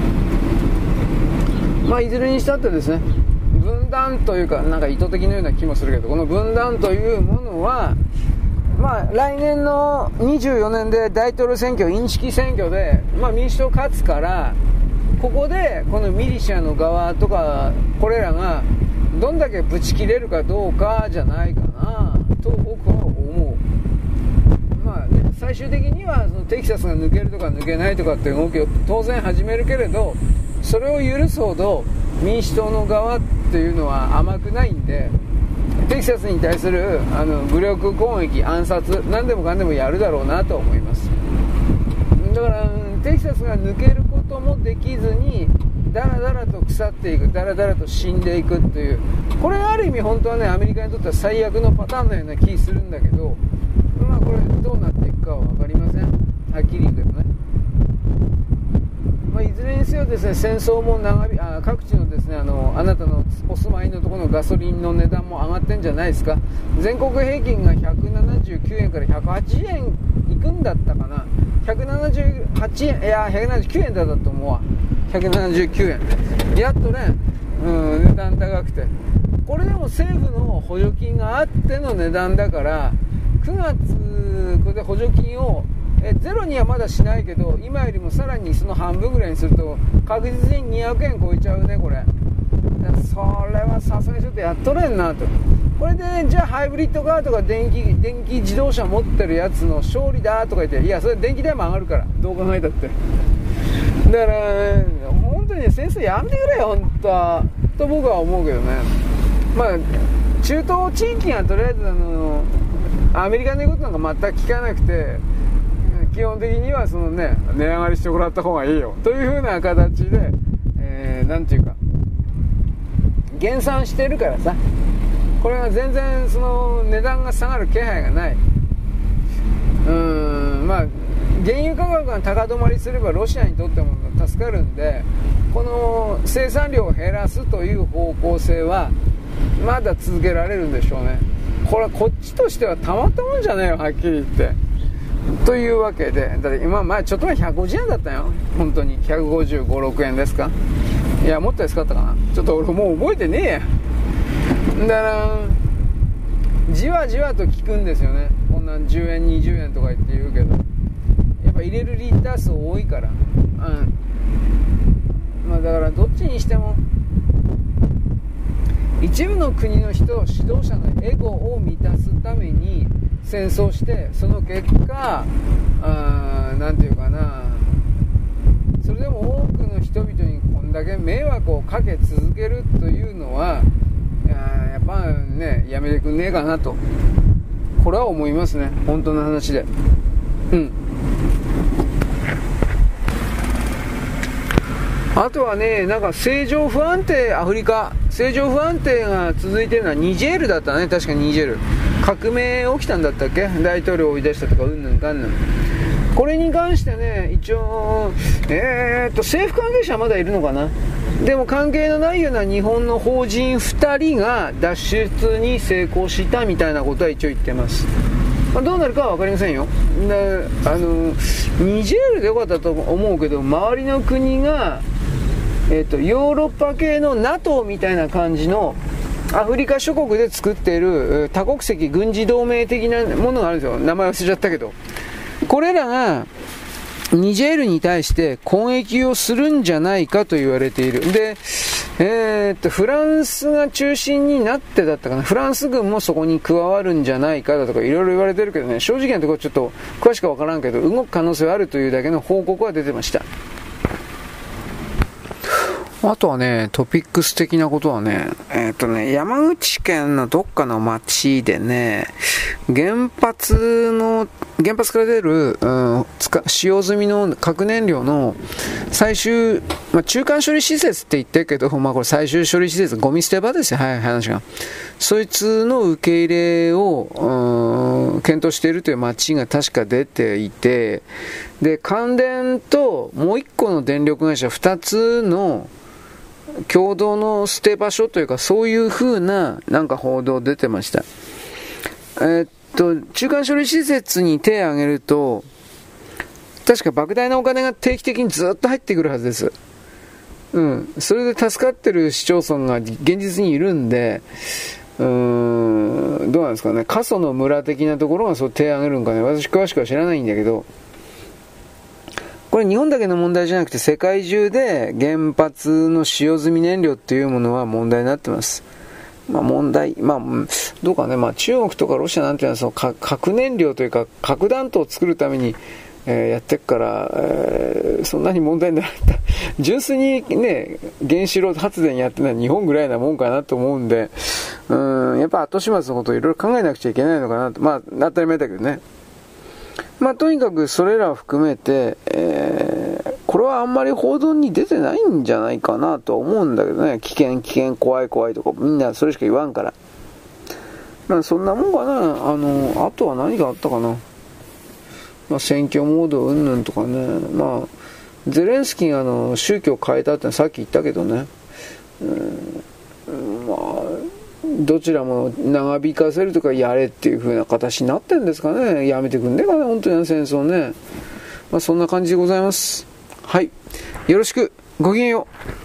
まあいずれにしたってですね、分断というかなんか意図的のような気もするけど、この分断というものはまあ来年のにじゅうよねんで大統領選挙、インチキ選挙で、まあ、民主党勝つから、ここでこのミリシアの側とかこれらがどんだけブチ切れるかどうかじゃないかなと僕は思う。まあね、最終的にはそのテキサスが抜けるとか抜けないとかって動きを当然始めるけれど、それを許すほど民主党の側っていうのは甘くないんで、テキサスに対するあの武力攻撃、暗殺、何でもかんでもやるだろうなと思います。だからテキサスが抜けることもできずにだらだらと腐っていく、だらだらと死んでいくっていう、これがある意味本当はねアメリカにとっては最悪のパターンのような気するんだけど、まあこれどうなっていくかは分かりません、はっきり言うけどね。まあ、いずれにせよですね、戦争も長引あ各地のですね、あのあなたのお住まいのところのガソリンの値段も上がってんじゃないですか。全国平均がひゃくななじゅうきゅうえんからひゃくはちじゅうえんいくんだったかな。ひゃくななじゅうはちえん、いやひゃくななじゅうきゅうえんだったと思うわ。ひゃくななじゅうきゅうえん、やっとね、うん、値段高くて、これでも政府の補助金があっての値段だから、くがつこれで補助金をえゼロにはまだしないけど、今よりもさらにその半分ぐらいにすると確実ににひゃくえん超えちゃうね、これ。それはさすがにちょっとやっとれんなと。これでじゃあハイブリッドカーとか電気電気自動車持ってるやつの勝利だとか言って、いやそれ電気代も上がるから、どう考えたって。だから本当にね、先生やめてくれよ本当はと僕は思うけどね。まあ中東地域がとりあえずあのアメリカの言うことなんか全く聞かなくて、基本的にはそのね、値上がりしてもらった方がいいよという風な形で、えー、なんていうか減産してるからさ、 これが全然その値段が下がる気配がない。うーん、まあ原油価格が高止まりすればロシアにとっても助かるんで、この生産量を減らすという方向性はまだ続けられるんでしょうね。これはこっちとしてはたまったもんじゃねえよ、はっきり言ってというわけで、だって今前ちょっと前ひゃくごじゅうえんだったよ、本当にひゃくごじゅうご、ろくえんですか。いやもっと安かったかな、ちょっと俺もう覚えてねえや。だからじわじわと効くんですよね。こんなんじゅうえんにじゅうえんとか言って言うけど、やっぱ入れるリッター数多いから、うん、まあだからどっちにしても一部の国の人、指導者のエゴを満たすために戦争して、その結果、あなんていうかな、それでも多くの人々にこんだけ迷惑をかけ続けるというのは、やっぱね、やめてくんねえかなと、これは思いますね、本当の話で。うん。あとはね、なんか政情不安定、アフリカ政情不安定が続いてるのはニジェールだったね。確かニジェール革命起きたんだったっけ、大統領を追い出したとかうんぬんかんぬん。これに関してね、一応えー、っと政府関係者はまだいるのかな。でも関係のないような日本の法人ふたりが脱出に成功したみたいなことは一応言ってます。まあ、どうなるかは分かりませんよ。で、あのニジェールでよかったと思うけど、周りの国がえー、とヨーロッパ系の ナトー みたいな感じのアフリカ諸国で作っている多国籍軍事同盟的なものがあるんですよ。名前忘れちゃったけど、これらがニジェールに対して攻撃をするんじゃないかと言われている。で、えー、とフランスが中心になってだったかな、フランス軍もそこに加わるんじゃないかだとかいろいろ言われてるけどね、正直なところちょっと詳しくは分からんけど、動く可能性はあるというだけの報告は出てました。あとはね、トピックス的なことはね、えっとね、山口県のどっかの町でね、原発の、原発から出る、うん、使用済みの核燃料の最終、まあ、中間処理施設って言ってるけど、まあこれ最終処理施設、ゴミ捨て場ですよ、はい、話が。そいつの受け入れを、うん、検討しているという町が確か出ていて、で、関電ともう一個の電力会社二つの共同の捨て場所というか、そういう風ななんか報道出てました。えー、っと中間処理施設に手を挙げると確か莫大なお金が定期的にずっと入ってくるはずです。うん、それで助かってる市町村が現実にいるんで、うーん、どうなんですかね、過疎の村的なところがそう手を挙げるんかね、私詳しくは知らないんだけど、これ日本だけの問題じゃなくて世界中で原発の使用済み燃料っていうものは問題になってます。まあ問題、まあどうかね、まあ中国とかロシアなんていうのはその核燃料というか核弾頭を作るために、えー、やってっから、えー、そんなに問題にならない。純粋にね、原子炉発電やってるのは日本ぐらいなもんかなと思うんで、うーん、やっぱ後始末のことをいろいろ考えなくちゃいけないのかなと。まあ当たり前だけどね。まあとにかくそれらを含めて、えー、これはあんまり報道に出てないんじゃないかなと思うんだけどね。危険危険怖い怖いとかみんなそれしか言わんから。まあそんなもんかな。あのあとは何があったかな。まあ選挙モードうんぬんとかね。まあゼレンスキーがあの宗教を変えたってさっき言ったけどね。うん、まあどちらも長引かせるとかやれっていう風な形になってるんですかね。やめてくんねえかね、本当に戦争ね。まあそんな感じでございます。はい。よろしく。ごきげんよう。